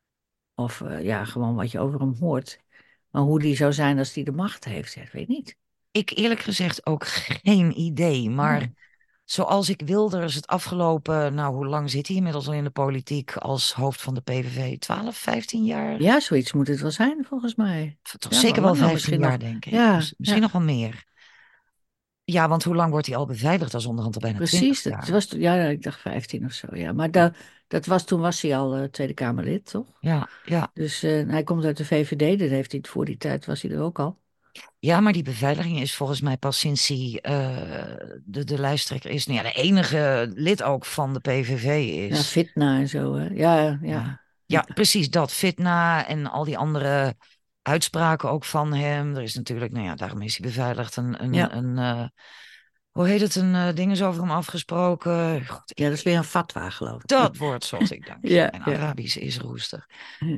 Of eh, ja, gewoon wat je over hem hoort. Maar hoe die zou zijn als hij de macht heeft, ja, ik weet niet.
Ik eerlijk gezegd ook geen idee. Maar
Nee.
zoals ik Wilders het afgelopen, nou hoe lang zit hij inmiddels al in de politiek als hoofd van de P V V? twaalf, vijftien jaar?
Ja, zoiets moet het wel zijn, volgens mij.
Toch
Ja, wel
zeker wel
langer
vijftien
misschien
jaar,
nog.
denk ik.
Ja,
Miss- Misschien
ja.
nog wel meer. Ja, want hoe lang wordt hij al beveiligd? Dat is onderhand al bijna twintig
Precies, dat
jaar.
was toen, ja, ik dacht vijftien of zo, ja. Maar dat, dat was, toen was hij al eh, Tweede Kamerlid, toch?
Ja, ja.
Dus eh, hij komt uit de V V D, dat heeft hij, voor die tijd was hij er ook al.
Ja, maar die beveiliging is volgens mij pas sinds hij eh, de, de lijsttrekker is. Nou ja, de enige lid ook van de P V V
Ja,
is.
Fitna en zo, hè. Ja, ja,
Ja,
ja,
ja, precies dat. Fitna en al die andere uitspraken ook van hem. Er is natuurlijk, nou ja, daarom is hij beveiligd. Een,
ja.
een, een eh, hoe heet het? Een eh, ding is over hem afgesproken. God,
Ja,
ik,
dat is weer een fatwa, geloof ik.
dat woord zocht ik, dank je.
Ja,
Mijn
ja.
Arabisch is roestig.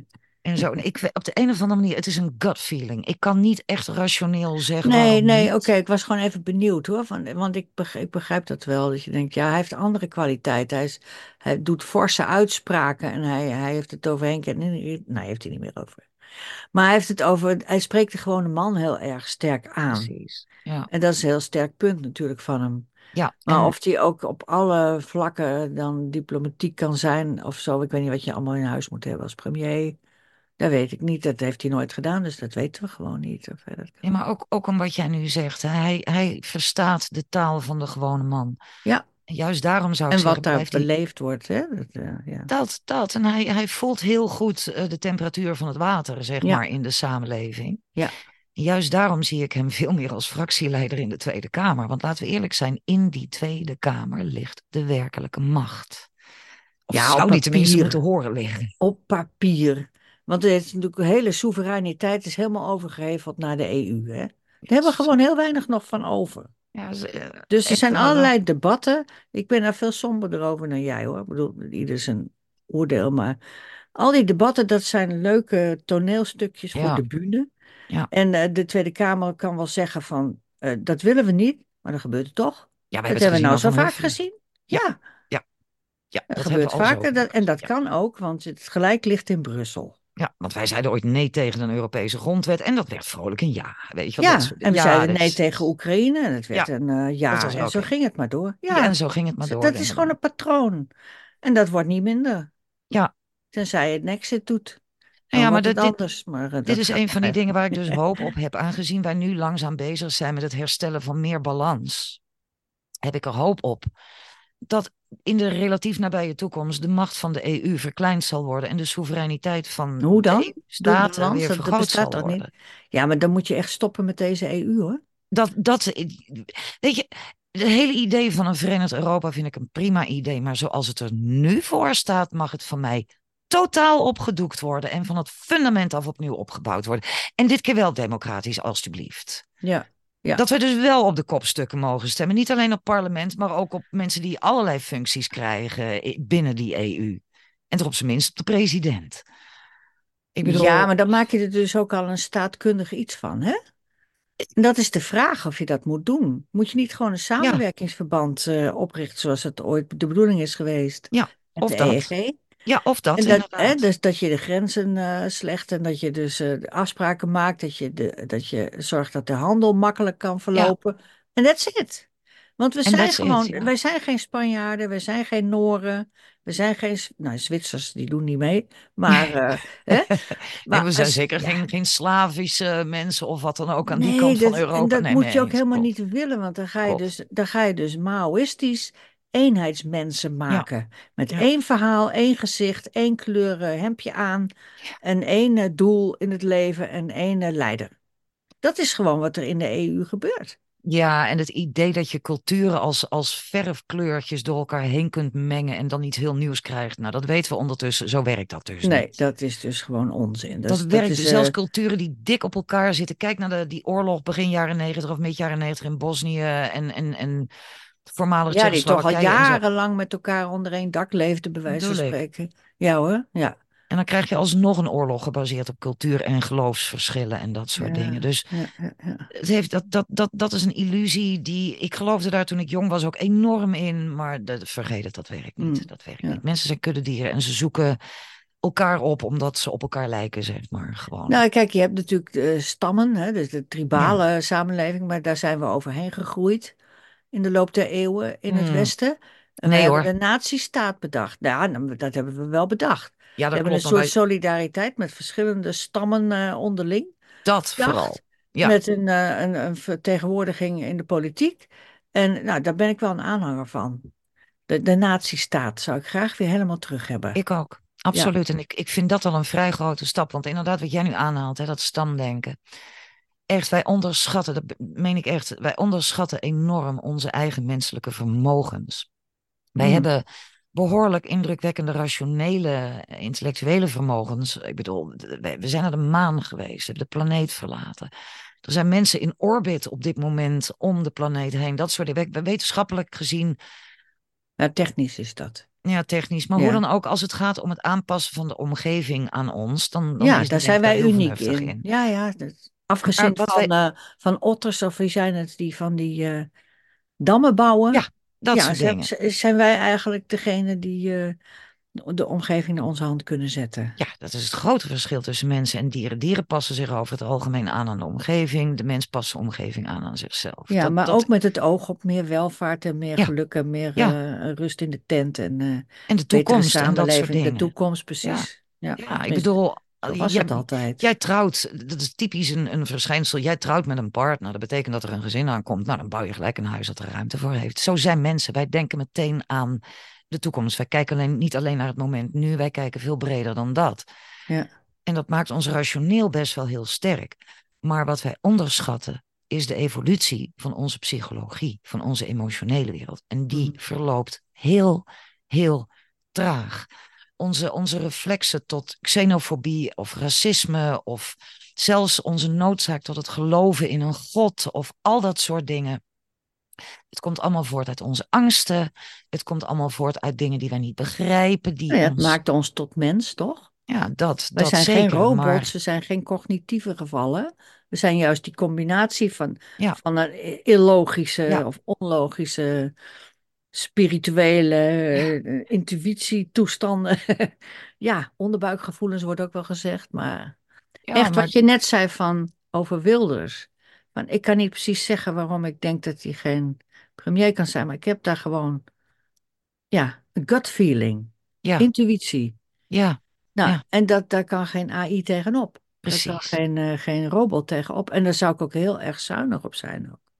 En zo. En ik, we- op de een of andere manier, het is een gut feeling. Ik kan niet echt rationeel zeggen
Nee,
waarom
nee, oké,
niet.
ik was gewoon even benieuwd hoor. Van, want ik begrijp, ik begrijp dat wel. Dat je denkt, ja, hij heeft andere kwaliteiten. Hij, is, hij doet forse uitspraken en hij, hij heeft het over Henk en... Nee, hij heeft hij niet meer over. Maar hij heeft het over, hij spreekt de gewone man heel erg sterk aan.
Precies. Ja,
En dat is een heel sterk punt natuurlijk van hem.
ja.
Maar
En
of hij ook op alle vlakken dan diplomatiek kan zijn of zo, ik weet niet wat je allemaal in huis moet hebben als premier. Dat weet ik niet. Dat heeft hij nooit gedaan, dus dat weten we gewoon niet. Of hij dat
Ja,
kan.
maar ook, ook om wat jij nu zegt. hè. Hij, hij verstaat de taal van de gewone man.
Ja,
En juist daarom zou ik
en
zeggen,
wat daar
blijft hij
beleefd wordt, hè? Dat, eh, ja.
dat, dat. En hij, hij voelt heel goed eh, de temperatuur van het water, zeg
Ja,
maar, in de samenleving.
ja.
En juist daarom zie ik hem veel meer als fractieleider in de Tweede Kamer. Want laten we eerlijk zijn, in die Tweede Kamer ligt de werkelijke macht. Of
Ja, op
zou die tenminste moeten
papier.
horen liggen.
Op papier. Want het is natuurlijk, de hele soevereiniteit is helemaal overgeheveld naar de E U, hè? Daar hebben we
Yes.
gewoon heel weinig nog van over.
Ja, ze- eh,
Dus er
echt
zijn
waar. waar-
allerlei debatten. Ik ben daar veel somberder over dan jij hoor. Ik bedoel, ieder zijn oordeel. Maar al die debatten, dat zijn leuke toneelstukjes voor
Ja,
de bühne.
ja.
En eh, de Tweede Kamer kan wel zeggen van, eh, dat willen we niet. Maar dan gebeurt het toch.
Ja, we hebben
Dat
het
hebben we
gezien
nou
al
zo
van
vaak
Ruffelen.
gezien.
Ja,
Ja,
ja, ja,
dat
dat hebben
gebeurt
we al zo
vaker. Dat, en
vaak.
dat
Ja.
kan ook, want het gelijk ligt in Brussel.
Ja, want wij zeiden ooit nee tegen een Europese grondwet en dat werd vrolijk een ja. Weet je wel, dat
Ja,
soort
en we
Ja,
zeiden
dat
nee
is,
tegen Oekraïne en het werd
ja,
een eh,
dat
ja.
was er
En
ook
zo
in.
ging het maar door.
Ja, en
Ja,
zo ging het maar
zo-
door,
dat is gewoon
inderdaad.
een patroon. En dat wordt niet minder.
Ja,
Tenzij je het Nexit doet.
nou
Dan
ja, maar
wordt het
dit, dit,
anders. Maar eh,
dit
dat
is
gaat
een
nog
van die dingen
even.
waar ik dus hoop op heb. Aangezien wij nu langzaam bezig zijn met het herstellen van meer balans, heb ik er hoop op dat in de relatief nabije toekomst de macht van de E U verkleind zal worden en de soevereiniteit van
Hoe
de
dan? Door
E U-staten
balans?
weer
Dat, dat
vergroot
bestaat
zal
toch niet?
worden.
Ja, maar dan moet je echt stoppen met deze E U hoor.
Dat, dat, weet je, het hele idee van een Verenigd Europa vind ik een prima idee. Maar zoals het er nu voor staat, mag het van mij totaal opgedoekt worden. En van het fundament af opnieuw opgebouwd worden. En dit keer wel democratisch, alstublieft.
Ja, ja.
Dat we dus wel op de kopstukken mogen stemmen. Niet alleen op parlement, maar ook op mensen die allerlei functies krijgen binnen die E U. En er op zijn minst op de president. Ik
Ja,
bedoel,
maar dan maak je er dus ook al een staatkundig iets van, hè? En dat is de vraag of je dat moet doen. Moet je niet gewoon een
ja,
samenwerkingsverband eh, oprichten zoals het ooit de bedoeling is geweest
ja,
met
of
de
dat.
E E G?
Ja, of dat,
En dat, hè,
inderdaad.
dus dat je de grenzen eh, slecht en dat je dus eh, de afspraken maakt, dat je, de, dat je zorgt dat de handel makkelijk kan
Ja,
verlopen. En that's it. Want we
en
zijn
that's it,
gewoon,
ja.
wij zijn geen Spanjaarden, wij zijn geen Nooren, we zijn geen, S- nou Zwitsers die doen niet mee, maar, eh, hè?
Nee,
Maar
we zijn
als,
zeker
ja,
geen, geen Slavische mensen of wat dan ook aan die
nee,
kant van
dat, en
Europa.
dat
Nee,
moet je
mee
ook
eens.
helemaal
Klopt,
niet willen, want dan ga je
klopt.
dus, dan ga je dus Maoïstisch eenheidsmensen
Ja,
maken. Met
ja,
één verhaal, één gezicht, één kleur eh, hemdje aan en één eh, doel in het leven en één eh, leider. Dat is gewoon wat er in de E U gebeurt.
ja, en het idee dat je culturen als, als verfkleurtjes door elkaar heen kunt mengen en dan iets heel nieuws krijgt. Nou, dat weten we ondertussen. Zo werkt dat dus
Nee,
niet.
dat is dus gewoon onzin. Dat
Dat
is, dat
werkt
is
dus
eh,
zelfs culturen die dik op elkaar zitten. Kijk naar de, die oorlog begin jaren negentig of mid jaren negentig in Bosnië en, en, en voormalig
Ja, die toch al
Tsjechoslowakije en zo.
jarenlang met elkaar onder één dak leefden, bij wijze van
Bedoel ik.
spreken. Ja hoor, ja.
En dan krijg je alsnog een oorlog gebaseerd op cultuur en geloofsverschillen en dat soort dingen.
Ja,
Dus
ja, ja, ja.
het heeft, dat, dat, dat, dat is een illusie die, ik geloofde daar toen ik jong was ook enorm in, maar dat, vergeet het, dat werkt
Mm,
niet. Dat werkt
ja.
niet. Mensen zijn kuddedieren en ze zoeken elkaar op omdat ze op elkaar lijken, zeg maar. Gewoon.
Nou, kijk, je hebt natuurlijk de stammen, hè, dus de
Ja.
tribale samenleving, maar daar zijn we overheen gegroeid in de loop der eeuwen in het
Hmm.
Westen. En wij
Nee
hebben
hoor.
de nazistaat bedacht. Nou, ja, nou, dat hebben we wel bedacht.
Ja,
We
dat
hebben een
klopt. Maar
soort
wij,
solidariteit met verschillende stammen eh, onderling
dat vooral.
bedacht.
Ja,
Met een, eh, een, een vertegenwoordiging in de politiek. En nou, daar ben ik wel een aanhanger van. De, de nazistaat zou ik graag weer helemaal terug hebben.
ik ook.
Ja.
Absoluut. En ik, ik vind dat al een vrij grote stap. Want inderdaad, wat jij nu aanhaalt, hè, dat stamdenken. Echt, wij onderschatten, dat meen ik echt, wij onderschatten enorm onze eigen menselijke vermogens. Wij
Mm.
hebben behoorlijk indrukwekkende rationele, intellectuele vermogens. Ik bedoel, we we zijn naar de maan geweest, hebben de planeet verlaten. Er zijn mensen in orbit op dit moment om de planeet heen. Dat soort dingen. Wetenschappelijk gezien,
Nou, technisch is dat.
ja, technisch. Maar hoe
Ja.
dan ook, als het gaat om het aanpassen van de omgeving aan ons, dan, dan
Ja,
is de
daar
mens
zijn
daar
wij
heel
uniek
vernuftig
in.
in.
Ja, ja. dat-
Maar
Afgezien
wat
van,
wij,
eh, van otters, of wie zijn het, die van die eh, dammen bouwen.
ja, dat
Ja,
soort
zijn,
dingen.
zijn wij eigenlijk degene die eh, de omgeving naar onze hand kunnen zetten.
Ja, dat is het grote verschil tussen mensen en dieren. Dieren passen zich over het algemeen aan aan de omgeving. De mens past de omgeving aan aan zichzelf.
Ja,
Dat,
maar ook
dat,
met het oog op meer welvaart en meer
ja,
geluk en meer
ja.
eh, rust in de tent en eh,
En de
betere
toekomst en dat soort
samenleving, de
dingen.
toekomst,
Ja,
precies. Ja,
ja, ik
tenminste,
bedoel,
zo was het
jij,
altijd.
jij trouwt, dat is typisch een, een verschijnsel. Jij trouwt met een partner, dat betekent dat er een gezin aankomt. Nou, dan bouw je gelijk een huis dat er ruimte voor heeft. Zo zijn mensen. Wij denken meteen aan de toekomst. Wij kijken alleen, niet alleen naar het moment nu, wij kijken veel breder dan dat.
Ja.
En dat maakt ons rationeel best wel heel sterk. Maar wat wij onderschatten is de evolutie van onze psychologie, van onze emotionele wereld. En die
Mhm.
verloopt heel, heel traag. Onze, onze reflexen tot xenofobie of racisme of zelfs onze noodzaak tot het geloven in een god of al dat soort dingen. Het komt allemaal voort uit onze angsten. Het komt allemaal voort uit dingen die wij niet begrijpen, die
Nou ja, het
ons,
maakt ons tot mens, toch?
ja, dat,
Wij
dat
zijn geen
zeker.
robots,
Maar
we zijn geen cognitieve gevallen. We zijn juist die combinatie van,
ja,
van een illogische
ja,
of onlogische spirituele
ja,
uh, intuïtietoestanden. Ja, onderbuikgevoelens wordt ook wel gezegd, maar
ja,
echt
maar
wat je net zei van over Wilders. Van, ik kan niet precies zeggen waarom ik denk dat hij geen premier kan zijn, maar ik heb daar gewoon, ja, een gut feeling,
ja,
intuïtie.
ja,
Nou,
ja,
en dat, daar kan geen A I tegenop. Daar kan
precies.
geen, eh, geen robot tegenop. En daar zou ik ook heel erg zuinig op zijn. Ook.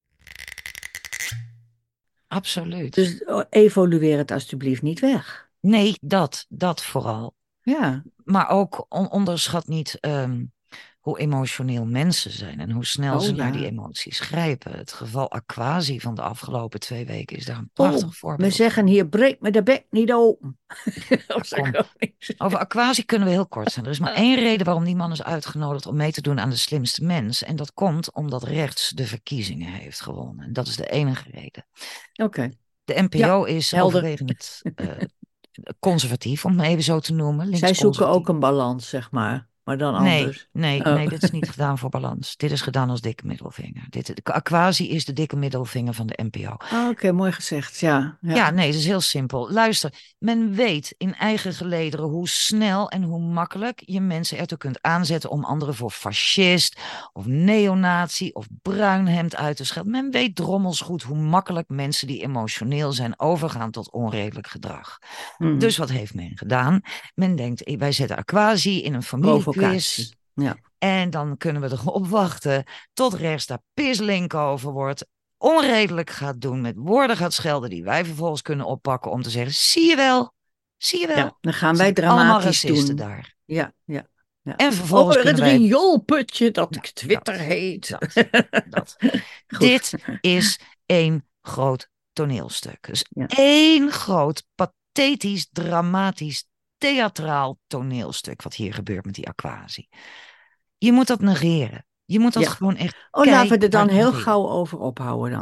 Absoluut.
Dus oh, evolueer het alsjeblieft niet weg.
Nee, dat, dat vooral.
Ja.
Maar ook on- onderschat niet ehm, hoe emotioneel mensen zijn en hoe snel
Oh
ze naar die
ja.
emoties grijpen. Het geval Aquasi van de afgelopen twee weken is daar een
Oh,
prachtig
we
voorbeeld
zeggen
van.
hier, breek me de bek niet open. Of
Nou,
zo
kom.
Gronings.
Over Aquasi kunnen we heel kort zijn. Er is maar één reden waarom die man is uitgenodigd om mee te doen aan de slimste mens. En dat komt omdat rechts de verkiezingen heeft gewonnen. En dat is de enige reden.
Oké,
De N P O
ja,
is
helder.
overwegend eh, conservatief, om het even zo te noemen.
Zij zoeken
Links-conservatief.
ook een balans, zeg maar. Maar dan
Nee,
anders.
nee,
Oh.
nee, dit is niet gedaan voor balans. Dit is gedaan als dikke middelvinger. Dit, de Aquasi is de dikke middelvinger van de N P O.
Ah, Oké, mooi gezegd. Ja,
Ja,
ja.
nee, het is heel simpel. Luister, men weet in eigen gelederen hoe snel en hoe makkelijk je mensen ertoe kunt aanzetten om anderen voor fascist of neonazi of bruinhemd uit te schelden. Men weet drommels goed hoe makkelijk mensen die emotioneel zijn overgaan tot onredelijk gedrag.
Mhm.
Dus wat heeft men gedaan? Men denkt, eh, wij zetten Aquasi in een familiequiz.
Provocatie. Ja.
En dan kunnen we erop wachten tot rechts daar pislink over wordt. Onredelijk gaat doen, met woorden gaat schelden die wij vervolgens kunnen oppakken om te zeggen, zie je wel, zie je
Ja,
wel.
dan gaan wij
Zitten allemaal
dramatisch
racisten
doen.
daar.
Ja, ja, ja.
En
Oh,
vervolgens
het
kunnen wij,
rioolputje dat
nou,
ik Twitter
dat,
heet.
dat, dat.
Goed.
Dit is één groot toneelstuk. Dus
Ja.
één groot, pathetisch, dramatisch, theatraal toneelstuk wat hier gebeurt met die Aquasi. Je moet dat negeren. Je moet dat
Ja.
gewoon echt
Oh, laten we er dan
keihard
heel
negeren.
gauw over ophouden dan.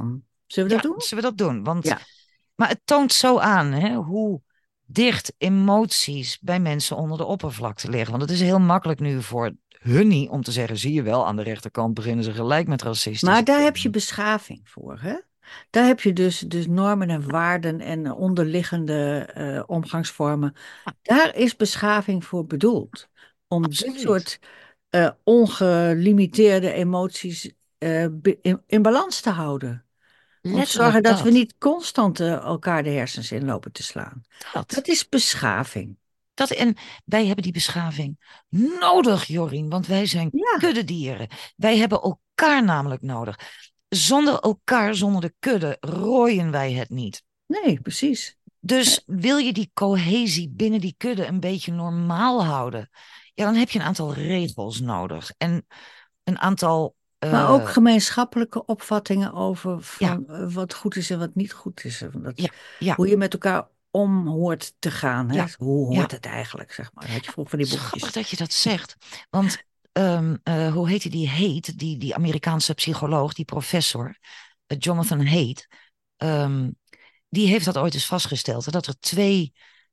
Zullen we dat
Ja,
doen?
zullen we dat doen? Want,
Ja.
maar het toont zo aan hè, hoe dicht emoties bij mensen onder de oppervlakte liggen. Want het is heel makkelijk nu voor hun niet om te zeggen, zie je wel, aan de rechterkant beginnen ze gelijk met
Maar
racistische
daar heb je
dingen.
beschaving voor, hè? Daar heb je dus, dus normen en waarden en onderliggende eh, omgangsvormen. Daar is beschaving voor bedoeld. Om dit
Absoluut.
soort eh, ongelimiteerde emoties eh, be- in, in balans te houden. Om te
Letterlijk
zorgen dat we
dat.
niet constant eh, elkaar de hersens in lopen te slaan.
Dat.
Dat is beschaving.
Dat, en wij hebben die beschaving nodig, Jorien, want wij zijn
Ja,
kuddedieren. Wij hebben elkaar namelijk nodig. Zonder elkaar, zonder de kudde, rooien wij het niet.
nee, precies.
Dus wil je die cohesie binnen die kudde een beetje normaal houden, ja, dan heb je een aantal regels nodig. En een aantal,
Maar ook
uh,
gemeenschappelijke opvattingen over
ja,
van eh, wat goed is en wat niet goed is. En dat,
ja, ja,
hoe je met elkaar om hoort te gaan. Hè?
ja,
Hoe
ja.
hoort het eigenlijk, zeg maar. Dat had je vroeger van die
Het is grappig
boekjes.
dat je dat zegt. Want um, uh, hoe heet die Haidt, die, die Amerikaanse psycholoog, die professor, uh, Jonathan Haidt, um, die heeft dat ooit eens vastgesteld. Hè, dat er twee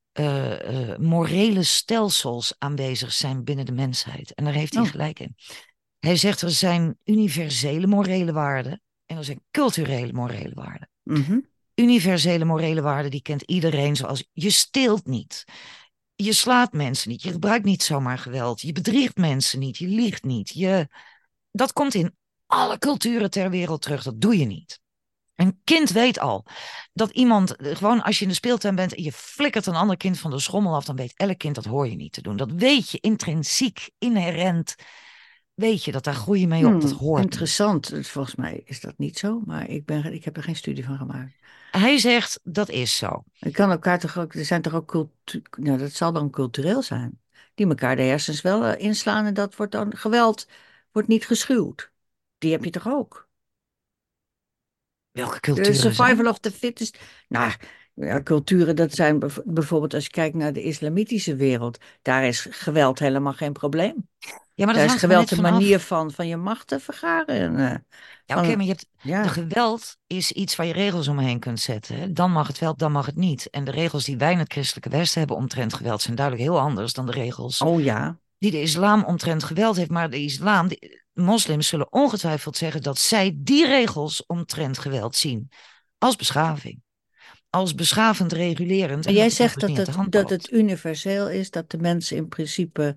uh, uh, morele stelsels aanwezig zijn binnen de mensheid. En daar heeft hij
Oh,
gelijk in. Hij zegt er zijn universele morele waarden en er zijn culturele morele waarden.
mhm.
Universele morele waarden, die kent iedereen, zoals je steelt niet. Je slaat mensen niet, je gebruikt niet zomaar geweld, je bedriegt mensen niet, je liegt niet. Je... Dat komt in alle culturen ter wereld terug, dat doe je niet. Een kind weet al dat iemand, gewoon als je in de speeltuin bent en je flikkert een ander kind van de schommel af, dan weet elk kind dat hoor je niet te doen. Dat weet je intrinsiek, inherent, weet je dat daar groei je mee op, dat
Hmm,
hoort niet.
interessant. Dus volgens mij is dat niet zo, maar ik, ben, ik heb er geen studie van gemaakt.
Hij zegt dat is zo.
Ik kan elkaar toch ook, er zijn toch ook cultu, nou, dat zal dan cultureel zijn, die elkaar de hersens wel eh, inslaan en dat wordt dan geweld, wordt niet geschuwd. Die heb je toch ook?
Welke
De
culturen zijn
survival of
dat?
the fittest. Nou, ja, culturen, dat zijn bev- bijvoorbeeld als je kijkt naar de islamitische wereld, daar is geweld helemaal geen probleem.
Ja, maar dat
Daar is
hangt er maar net
geweld een manier
vanaf.
van, van je macht te vergaren. En, eh,
Ja, oké, okay,
van,
maar je hebt, de
ja,
geweld is iets waar je regels omheen kunt zetten. Hè? Dan mag het wel, dan mag het niet. En de regels die wij in het christelijke Westen hebben omtrent geweld zijn duidelijk heel anders dan de regels
oh ja.
die de islam omtrent geweld heeft. Maar de islam, de moslims zullen ongetwijfeld zeggen dat zij die regels omtrent geweld zien als beschaving. Als beschavend regulerend
Maar
en dat
jij
het dan
zegt
dus
dat
niet uit de
het,
hand
dat het
loopt.
universeel is, dat de mens in principe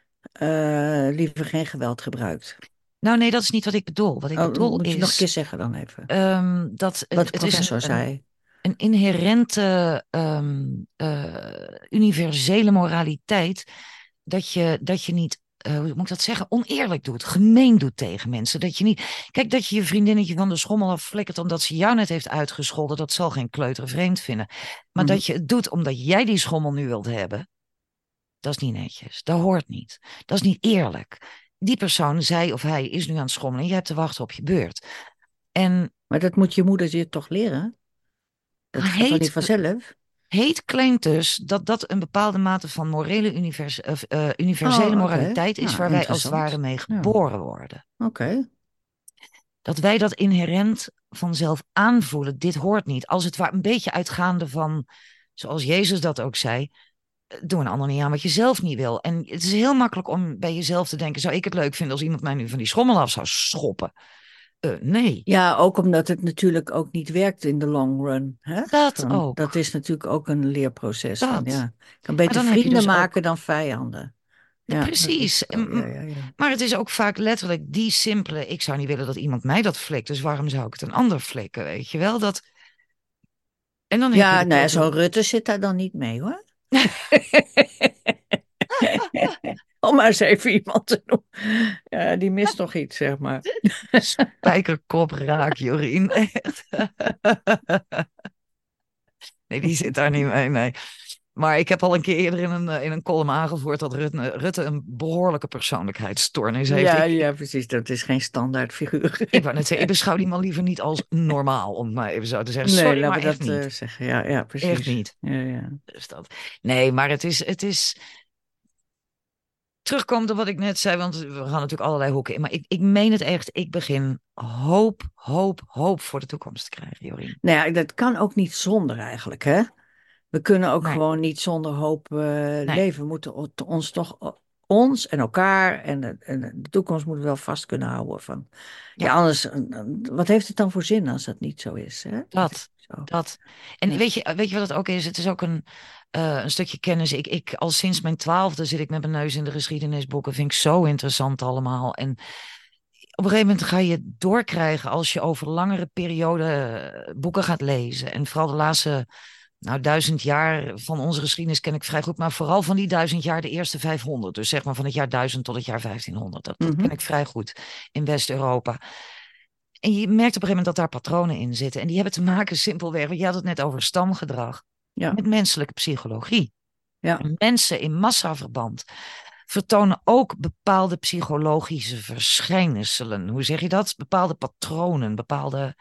eh, liever geen geweld gebruikt.
Nou nee, dat is niet wat ik bedoel. Wat ik
Oh,
bedoel
moet je nog een keer
is
zeggen dan even.
um, dat
Wat
het,
de
het is een,
professor
een
zei.
een inherente um, uh, universele moraliteit dat je, dat je niet, uh, hoe moet ik dat zeggen, oneerlijk doet, gemeen doet tegen mensen. Dat je niet, kijk, dat je je vriendinnetje van de schommel afflikkert omdat ze jou net heeft uitgescholden, dat zal geen kleuter vreemd vinden. Maar
Mhm.
dat je het doet omdat jij die schommel nu wilt hebben, dat is niet netjes. Dat hoort niet. Dat is niet eerlijk. Die persoon, zij of hij, is nu aan het schommelen en je hebt te wachten op je beurt. En
Maar dat moet je moeder je toch leren? Dat gaat toch niet
heet
vanzelf?
Heet claimt dus dat dat een bepaalde mate van morele univers, uh, uh, universele
Oh, oké.
moraliteit is
Nou,
waar wij als het ware
interessant.
mee
Ja,
geboren worden.
oké.
Dat wij dat inherent vanzelf aanvoelen. Dit hoort niet. Als het ware een beetje uitgaande van, zoals Jezus dat ook zei, doe een ander niet aan wat je zelf niet wil. En het is heel makkelijk om bij jezelf te denken, zou ik het leuk vinden als iemand mij nu van die schommel af zou schoppen? Uh, nee,
Ja, ook omdat het natuurlijk ook niet werkt in de long run. Hè?
dat
Van, dat
ook.
is natuurlijk ook een leerproces. Van,
Dat.
ja, je kan
Maar
beter
dan heb je
vrienden
dus
maken
ook
dan vijanden.
Ja,
Ja, dat
precies.
is zo. Ja,
M-
ja, ja.
Maar het is ook vaak letterlijk die simpele. Ik zou niet willen dat iemand mij dat flikt, dus waarom zou ik het een ander flikken? Weet je wel? Dat... En dan heb je
Ja,
de
nou ja, zo'n
cultuur.
Rutte zit daar dan niet mee hoor. Om maar eens even iemand te noemen. Ja, die mist nog iets, zeg maar.
Spijkerkop raak, Jorien. Echt. Nee, die zit daar niet mee. Nee. Maar ik heb al een keer eerder in een, eh, in een column aangevoerd dat Rutte, Rutte een behoorlijke persoonlijkheid-stoornis heeft.
Ja,
Ik,
ja,
ik,
precies. Dat is geen standaard figuur.
ik wou net zeggen, ik beschouw die man liever niet als normaal, om het maar even zo te zeggen.
Nee,
Sorry,
laten
maar
we
echt
dat eh,
niet.
zeggen. Ja, ja,
Echt
precies.
niet.
Ja, ja.
Dus dat. Nee, maar het is, het is. terugkomend op wat ik net zei, want we gaan natuurlijk allerlei hoeken in. Maar ik, ik meen het echt. Ik begin hoop, hoop, hoop voor de toekomst te krijgen, Jorien.
Nou ja, dat kan ook niet zonder eigenlijk, hè? We kunnen ook
Nee,
gewoon niet zonder hoop eh,
nee.
leven. We moeten o- ons toch, ons en elkaar en de, en de toekomst moeten we wel vast kunnen houden van. Ja,
Ja,
anders, eh, wat heeft het dan voor zin als dat niet zo is, hè? Dat is
dat.
zo.
Dat. En
Ja.
weet je, weet je wat het ook is? Het is ook een, eh, een stukje kennis. Ik, ik, al sinds mijn twaalfde zit ik met mijn neus in de geschiedenisboeken. Vind ik zo interessant allemaal. En op een gegeven moment ga je doorkrijgen als je over langere periode eh, boeken gaat lezen. En vooral de laatste, nou, duizend jaar van onze geschiedenis ken ik vrij goed. Maar vooral van die duizend jaar de eerste vijfhonderd. Dus zeg maar van het jaar duizend tot het jaar vijftienhonderd. Dat, dat ken
Mhm.
ik vrij goed in West-Europa. En je merkt op een gegeven moment dat daar patronen in zitten. En die hebben te maken simpelweg, want je had het net over stamgedrag,
Ja,
met menselijke psychologie.
ja.
En mensen in massaverband vertonen ook bepaalde psychologische verschijnselen. Hoe zeg je dat? Bepaalde patronen, bepaalde...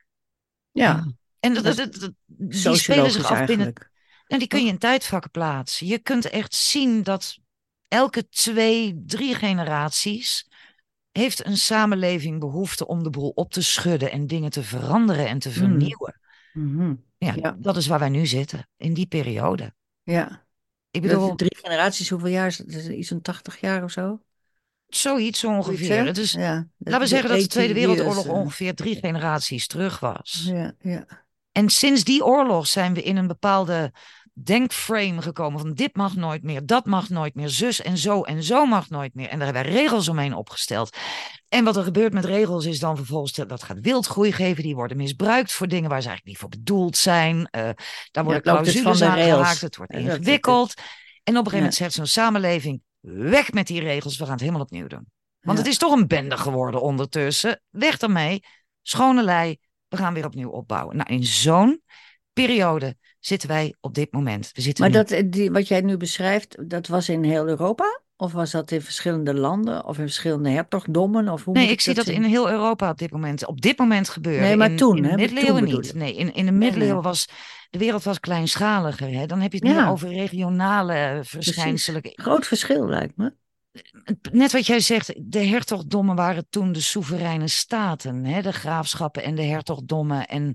Ja.
Ja,
En dat,
dat
dat,
is
dat- dat- die spelen zich
sociologisch
af binnen...
eigenlijk,
En die kun je
toch?
in tijdvakken plaatsen. Je kunt echt zien dat elke twee, drie generaties heeft een samenleving behoefte om de boel op te schudden en dingen te veranderen en te
Mm.
vernieuwen.
Mhm.
Ja,
Ja,
dat is waar wij nu zitten, in die periode.
ja.
Ik
Dat is
bedoel,
drie generaties, hoeveel jaar is dat? Dat is iets van tachtig jaar of zo?
zoiets
Zoiets,
ongeveer.
hè?
Het is,
Ja, de,
laten we
de
zeggen dat de Tweede
tachtig years.
Wereldoorlog
eh,
ongeveer drie generaties terug was.
ja, ja.
En sinds die oorlog zijn we in een bepaalde denkframe gekomen van dit mag nooit meer, dat mag nooit meer, zus en zo en zo mag nooit meer. En daar hebben wij regels omheen opgesteld. En wat er gebeurt met regels is dan vervolgens, dat gaat wildgroei geven, die worden misbruikt voor dingen waar ze eigenlijk niet voor bedoeld zijn. Uh, daar
Ja,
worden
het loopt dus van
clausules
de
aan gehaakt,
rails.
het wordt
Eh, Dat, het,
ingewikkeld.
het,
En op een gegeven moment
ja,
zegt zo'n samenleving, weg met die regels, we gaan het helemaal opnieuw doen. Want het
ja.
is toch een bende geworden ondertussen. Weg ermee, schone lei, we gaan weer opnieuw opbouwen. Nou, in zo'n periode zitten wij op dit moment. We zitten
Maar
nu.
dat, eh, die, wat jij nu beschrijft, dat was in heel Europa? Of was dat in verschillende landen? Of in verschillende hertogdommen? Of hoe
Nee,
moet
ik
ik
zie
dat
dat in
zien?
heel Europa op dit moment, op dit moment
Nee,
gebeuren.
maar
In,
toen,
in de
hè? Toen
middeleeuwen
bedoel
niet.
ik.
Nee, in, in de
Nee, nee.
middeleeuwen was de wereld was kleinschaliger. Hè? Dan heb je het meer
Ja,
over regionale
precies.
verschijnselen.
Groot verschil lijkt me.
Net wat jij zegt, de hertogdommen waren toen de soevereine staten. Hè? De graafschappen en de hertogdommen. En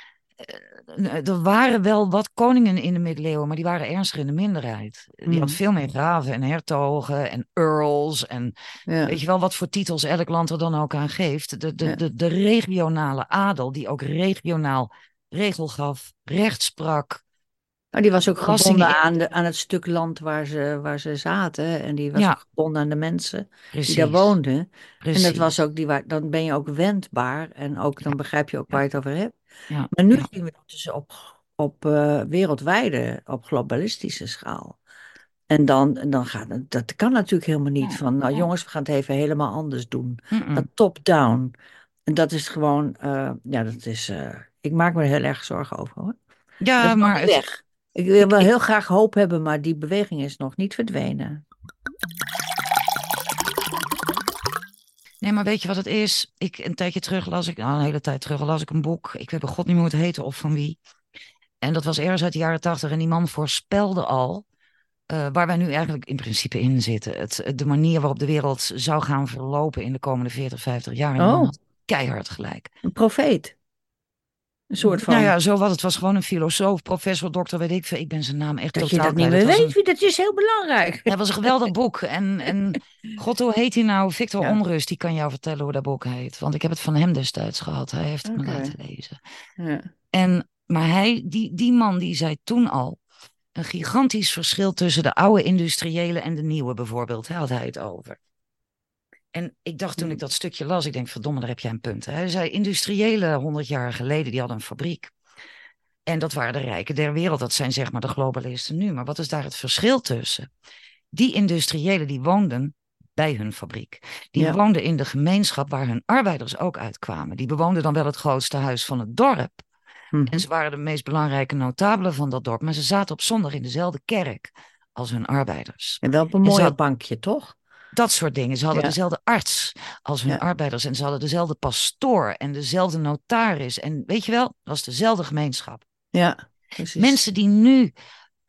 eh, er waren wel wat koningen in de middeleeuwen, maar die waren ernstig in de minderheid. Die had
Mm,
veel meer graven en hertogen en earls en weet
ja,
je wel wat voor titels elk land er dan ook aan geeft. De, de,
ja.
de, de regionale adel die ook regionaal regel gaf, recht sprak,
Maar die was ook
belastingen
gebonden aan, de,
in.
aan het stuk land waar ze, waar ze zaten. En die was ook
Ja,
gebonden aan de mensen die daar
precies,
woonden. En dat was
precies.
ook, die, wa- dan ben je ook wendbaar. En ook,
Ja,
dan begrijp je ook waar
ja,
je het over hebt.
ja,
Maar nu
ja.
zien we dat dus op, op eh, wereldwijde, op globalistische schaal. En dan, en dan gaat het, dat kan natuurlijk helemaal niet
Ja,
van, nou
ja.
jongens, we gaan het even helemaal anders doen. Dat
Mm-mm.
top-down. En dat is gewoon, eh, ja, dat is, eh, ik maak me er heel erg zorgen over hoor. Dat
Ja,
is nog
maar
niet
het,
weg. Ik wil
ik,
wel
ik,
heel graag hoop hebben, maar die beweging is nog niet verdwenen.
nee, maar weet je wat het is? Ik, een tijdje terug las ik, nou een hele tijd terug las ik een boek. Ik weet bij god niet meer hoe het heette of van wie. En dat was ergens uit de jaren tachtig. En die man voorspelde al, eh, waar wij nu eigenlijk in principe in zitten. Het, de manier waarop de wereld zou gaan verlopen in de komende veertig, vijftig jaar. En die man
Oh,
had keihard gelijk.
een profeet. Een soort
Nou
van,
ja, zo wat. Het was gewoon een filosoof, professor, dokter, weet ik veel. Ik ben zijn naam echt
dat je
totaal
dat niet
kwijt. Het
meer
was
weet,
een,
wie dat is heel belangrijk.
het was een geweldig boek. En, en god, hoe heet hij nou? Victor
Ja,
Onrust, die kan jou vertellen hoe dat boek heet. Want ik heb het van hem destijds gehad. Hij heeft het me
oké.
laten lezen.
Ja.
En, maar hij, die, die man die zei toen al, een gigantisch verschil tussen de oude industriële en de nieuwe bijvoorbeeld. Daar had hij het over. En ik dacht toen ik dat stukje las, ik denk verdomme, daar heb jij een punt. Hij zei, industriële honderd jaar geleden, die hadden een fabriek. En dat waren de rijken der wereld, dat zijn zeg maar de globalisten nu. Maar wat is daar het verschil tussen? Die industriëlen die woonden bij hun fabriek. Die
Ja.
woonden in de gemeenschap waar hun arbeiders ook uitkwamen. Die bewoonden dan wel het grootste huis van het dorp. En
Mhm.
ze waren de meest belangrijke notabelen van dat dorp. Maar ze zaten op zondag in dezelfde kerk als hun arbeiders.
En wel op een
En ze
mooier
had
bankje, toch?
dat soort dingen. Ze hadden
Ja,
dezelfde arts als hun
ja,
arbeiders. En ze hadden dezelfde pastoor en dezelfde notaris. En weet je wel, dat was dezelfde gemeenschap.
ja, precies.
Mensen die nu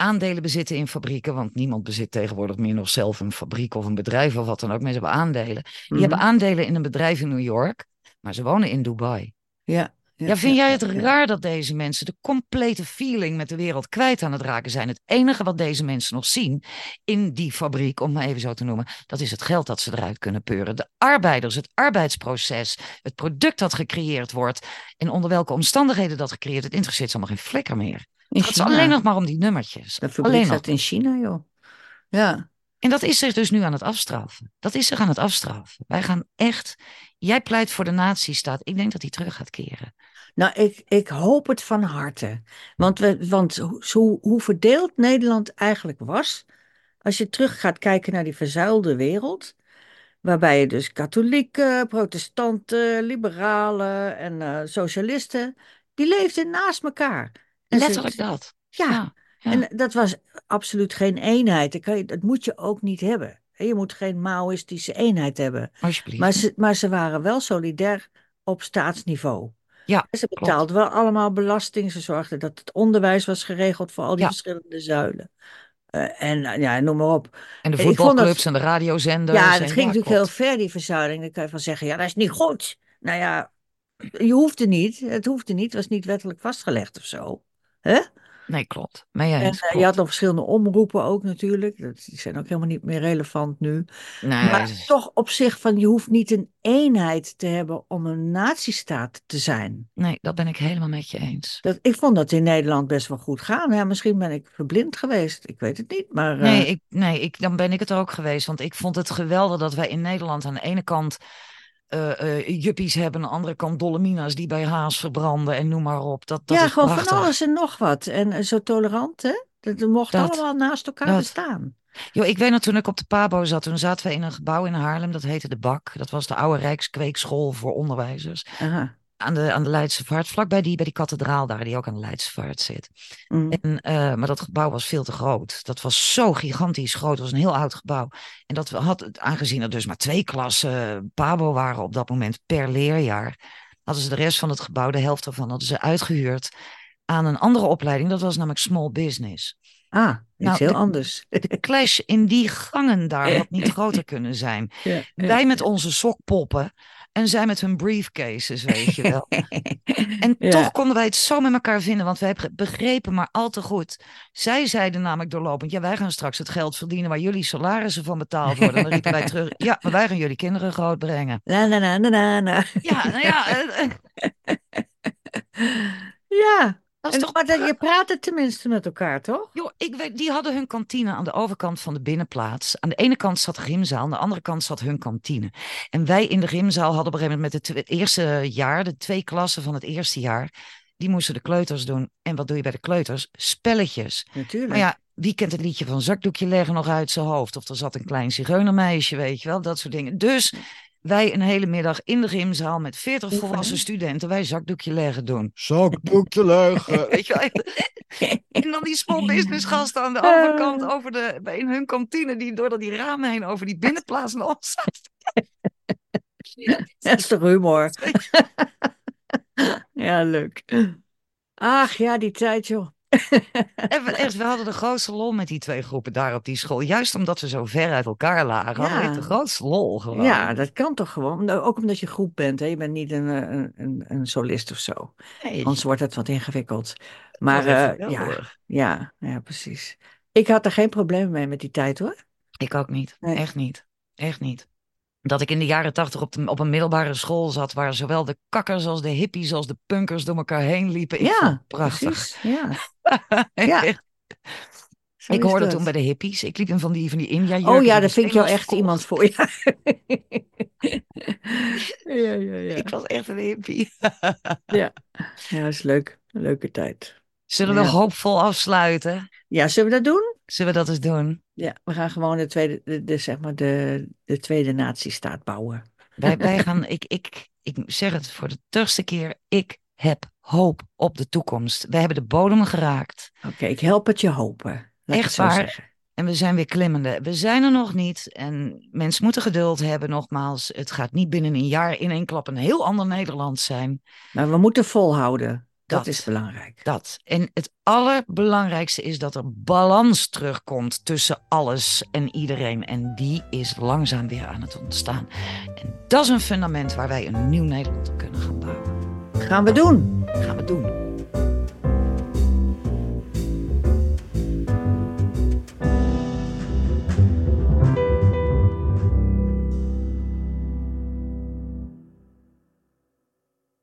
aandelen bezitten in fabrieken, want niemand bezit tegenwoordig meer nog zelf een fabriek of een bedrijf of wat dan ook. Mensen hebben aandelen. Die hebben
Mhm.
aandelen in een bedrijf in New York, maar ze wonen in Dubai.
Ja, ja,
Ja, vind
ja,
jij
ja,
het
ja.
raar dat deze mensen de complete feeling met de wereld kwijt aan het raken zijn? Het enige wat deze mensen nog zien in die fabriek, om maar even zo te noemen, dat is het geld dat ze eruit kunnen peuren. De arbeiders, het arbeidsproces, het product dat gecreëerd wordt en onder welke omstandigheden dat gecreëerd wordt, het interesseert ze allemaal geen flikker meer.
In
Het gaat ze alleen
China.
nog maar om die nummertjes.
De fabriek
Alleen nog
staat in
maar.
China, joh. Ja.
En dat is zich dus nu aan het afstraffen. Dat is zich aan het afstraffen. Wij gaan echt. Jij pleit voor de nazistaat. Ik denk dat hij terug gaat keren.
Nou, ik, ik hoop het van harte. Want, we, want hoe, zo- hoe verdeeld Nederland eigenlijk was, als je terug gaat kijken naar die verzuilde wereld, waarbij je dus katholieken, protestanten, liberalen en eh, socialisten, die leefden naast elkaar. En
Letterlijk
ze,
dat.
ja,
Ja, ja.
en dat was absoluut geen eenheid. Dat, kan je, dat moet je ook niet hebben. Je moet geen Maoïstische eenheid hebben.
Alsjeblieft
Maar
niet.
ze, maar ze waren wel solidair op staatsniveau.
Ja,
Ze
klopt.
betaalden wel allemaal belasting. Ze zorgden dat het onderwijs was geregeld voor al die
Ja.
verschillende zuilen. Eh, en eh, ja, noem maar op.
En de
En ik vond
voetbalclubs
dat,
en de
ja,
radiozenders.
dat
En
ging
ja,
natuurlijk heel
klopt.
ver, die verzuiling. Dan kan je van zeggen, ja, dat is niet goed. Nou ja, je hoefde niet. Het hoefde niet. Het was niet wettelijk vastgelegd of zo. Hè?
Nee, klopt. Mee
En
eens,
eh, je had
klopt.
nog verschillende omroepen ook natuurlijk. Dat, die zijn ook helemaal niet meer relevant nu.
Nee,
Maar
z-
toch op zich van, je hoeft niet een eenheid te hebben om een natiestaat te zijn.
nee, dat ben ik helemaal met je eens.
Dat, ik vond dat in Nederland best wel goed gaan. Ja, misschien ben ik verblind geweest. Ik weet het niet. Maar
Nee,
eh,
ik, nee ik, dan ben ik het ook geweest. Want ik vond het geweldig dat wij in Nederland aan de ene kant eh eh, juppies hebben. Aan de andere kant Dolomina's die bij haas verbranden. En noem maar op. Dat, dat
ja,
is
gewoon van
prachtig.
alles en nog wat. En eh, zo tolerant, hè? Dat, dat mocht
Dat,
allemaal naast elkaar
dat.
bestaan.
Yo, ik weet nog, toen ik op de Pabo zat, toen zaten we in een gebouw in Haarlem. Dat heette De Bak. Dat was de oude Rijkskweekschool voor onderwijzers.
Aha.
Aan de, aan de Leidse Vaart, vlakbij die, bij die kathedraal daar, die ook aan de Leidse Vaart zit.
Mm.
En, eh, maar dat gebouw was veel te groot. Dat was zo gigantisch groot. Het was een heel oud gebouw. En dat had, aangezien er dus maar twee klassen Pabo waren op dat moment per leerjaar, hadden ze de rest van het gebouw, de helft daarvan, hadden ze uitgehuurd aan een andere opleiding. Dat was namelijk small business.
Ah, iets
Nou,
heel
de,
anders.
de clash in die gangen daar had niet groter kunnen zijn.
Ja, ja,
Wij met
ja.
onze sokpoppen en zij met hun briefcases, weet je wel. En toch
Ja.
konden wij het zo met elkaar vinden, want wij begrepen maar al te goed. Zij zeiden namelijk doorlopend, ja, wij gaan straks het geld verdienen waar jullie salarissen van betaald worden. En dan riepen wij terug, ja, maar wij gaan jullie kinderen grootbrengen.
Na, na, na, na, na, na.
Ja, nou ja, eh, eh,
Ja,
dat is
en,
toch
maar dat, je
prachtig.
praatte tenminste met elkaar, toch?
Joh, ik weet, die hadden hun kantine aan de overkant van de binnenplaats. Aan de ene kant zat de gymzaal, aan de andere kant zat hun kantine. En wij in de gymzaal hadden op een gegeven moment met het, twe- het eerste jaar, de twee klassen van het eerste jaar, die moesten de kleuters doen. En wat doe je bij de kleuters? Spelletjes. Maar
Natuurlijk.
ja, wie kent het liedje van zakdoekje leggen nog uit zijn hoofd? Of er zat een klein zigeunermeisje, weet je wel, dat soort dingen. Dus wij een hele middag in de gymzaal met veertig volwassen
Oefenen.
studenten, wij zakdoekje leggen doen.
Zakdoekje leggen.
Weet je wel? En dan die small business gasten aan de overkant
Eh,
over de, bij in hun kantine, die door die ramen heen over die binnenplaats nog zaten.
dat is toch humor?
Weet je,
Ja, leuk. Ach ja, die tijd, joh.
en we, echt, we hadden de grootste lol met die twee groepen daar op die school. Juist omdat we zo ver uit elkaar lagen, hadden we echt de
Ja,
grootste lol
ja,
gewoon.
dat kan toch gewoon. Nou, ook omdat je groep bent, hè? Je bent niet een, eh, een, een, een solist of zo.
Nee,
Anders wordt het wat ingewikkeld.
het was
Maar
echt
eh, ja,
geweldig.
ja, ja, precies. Ik had er geen probleem mee met die tijd, hoor.
Ik ook niet.
Nee.
Echt niet. Echt niet. Dat ik in de jaren tachtig op, de, op een middelbare school zat, waar zowel de kakkers als de hippies als de punkers door elkaar heen liepen. Ik vond
Ja,
het prachtig.
precies. Ja, ja, zo
Ik
is
hoorde toen bij
dat.
de hippies. Ik liep in van die, van die
Oh
India-jurken
ja,
die
daar
de
vind ik jou
stengels
echt iemand
volgden.
voor. Ja, ja, ja,
Ik
ja.
was echt een hippie.
Ja, ja, is leuk. Een leuke tijd.
Zullen we
Ja.
hoopvol afsluiten?
Ja, zullen we dat doen?
Zullen we dat eens doen?
Ja, we gaan gewoon de tweede, de, de, zeg maar de, de tweede nazistaat bouwen.
Wij, wij gaan, ik, ik, ik zeg het voor de terugste keer. Ik heb hoop op de toekomst. We hebben de bodem geraakt.
Oké, ik help het je hopen. Laat ik
Echt
het zo
waar.
zeggen.
En we zijn weer klimmende. We zijn er nog niet. En mensen moeten geduld hebben, nogmaals. Het gaat niet binnen een jaar in één klap een heel ander Nederland zijn.
Maar we moeten volhouden. Dat is belangrijk.
Dat. En het allerbelangrijkste is dat er balans terugkomt tussen alles en iedereen. En die is langzaam weer aan het ontstaan. En dat is een fundament waar wij een nieuw Nederland op kunnen gaan bouwen.
Gaan we doen.
Gaan we doen.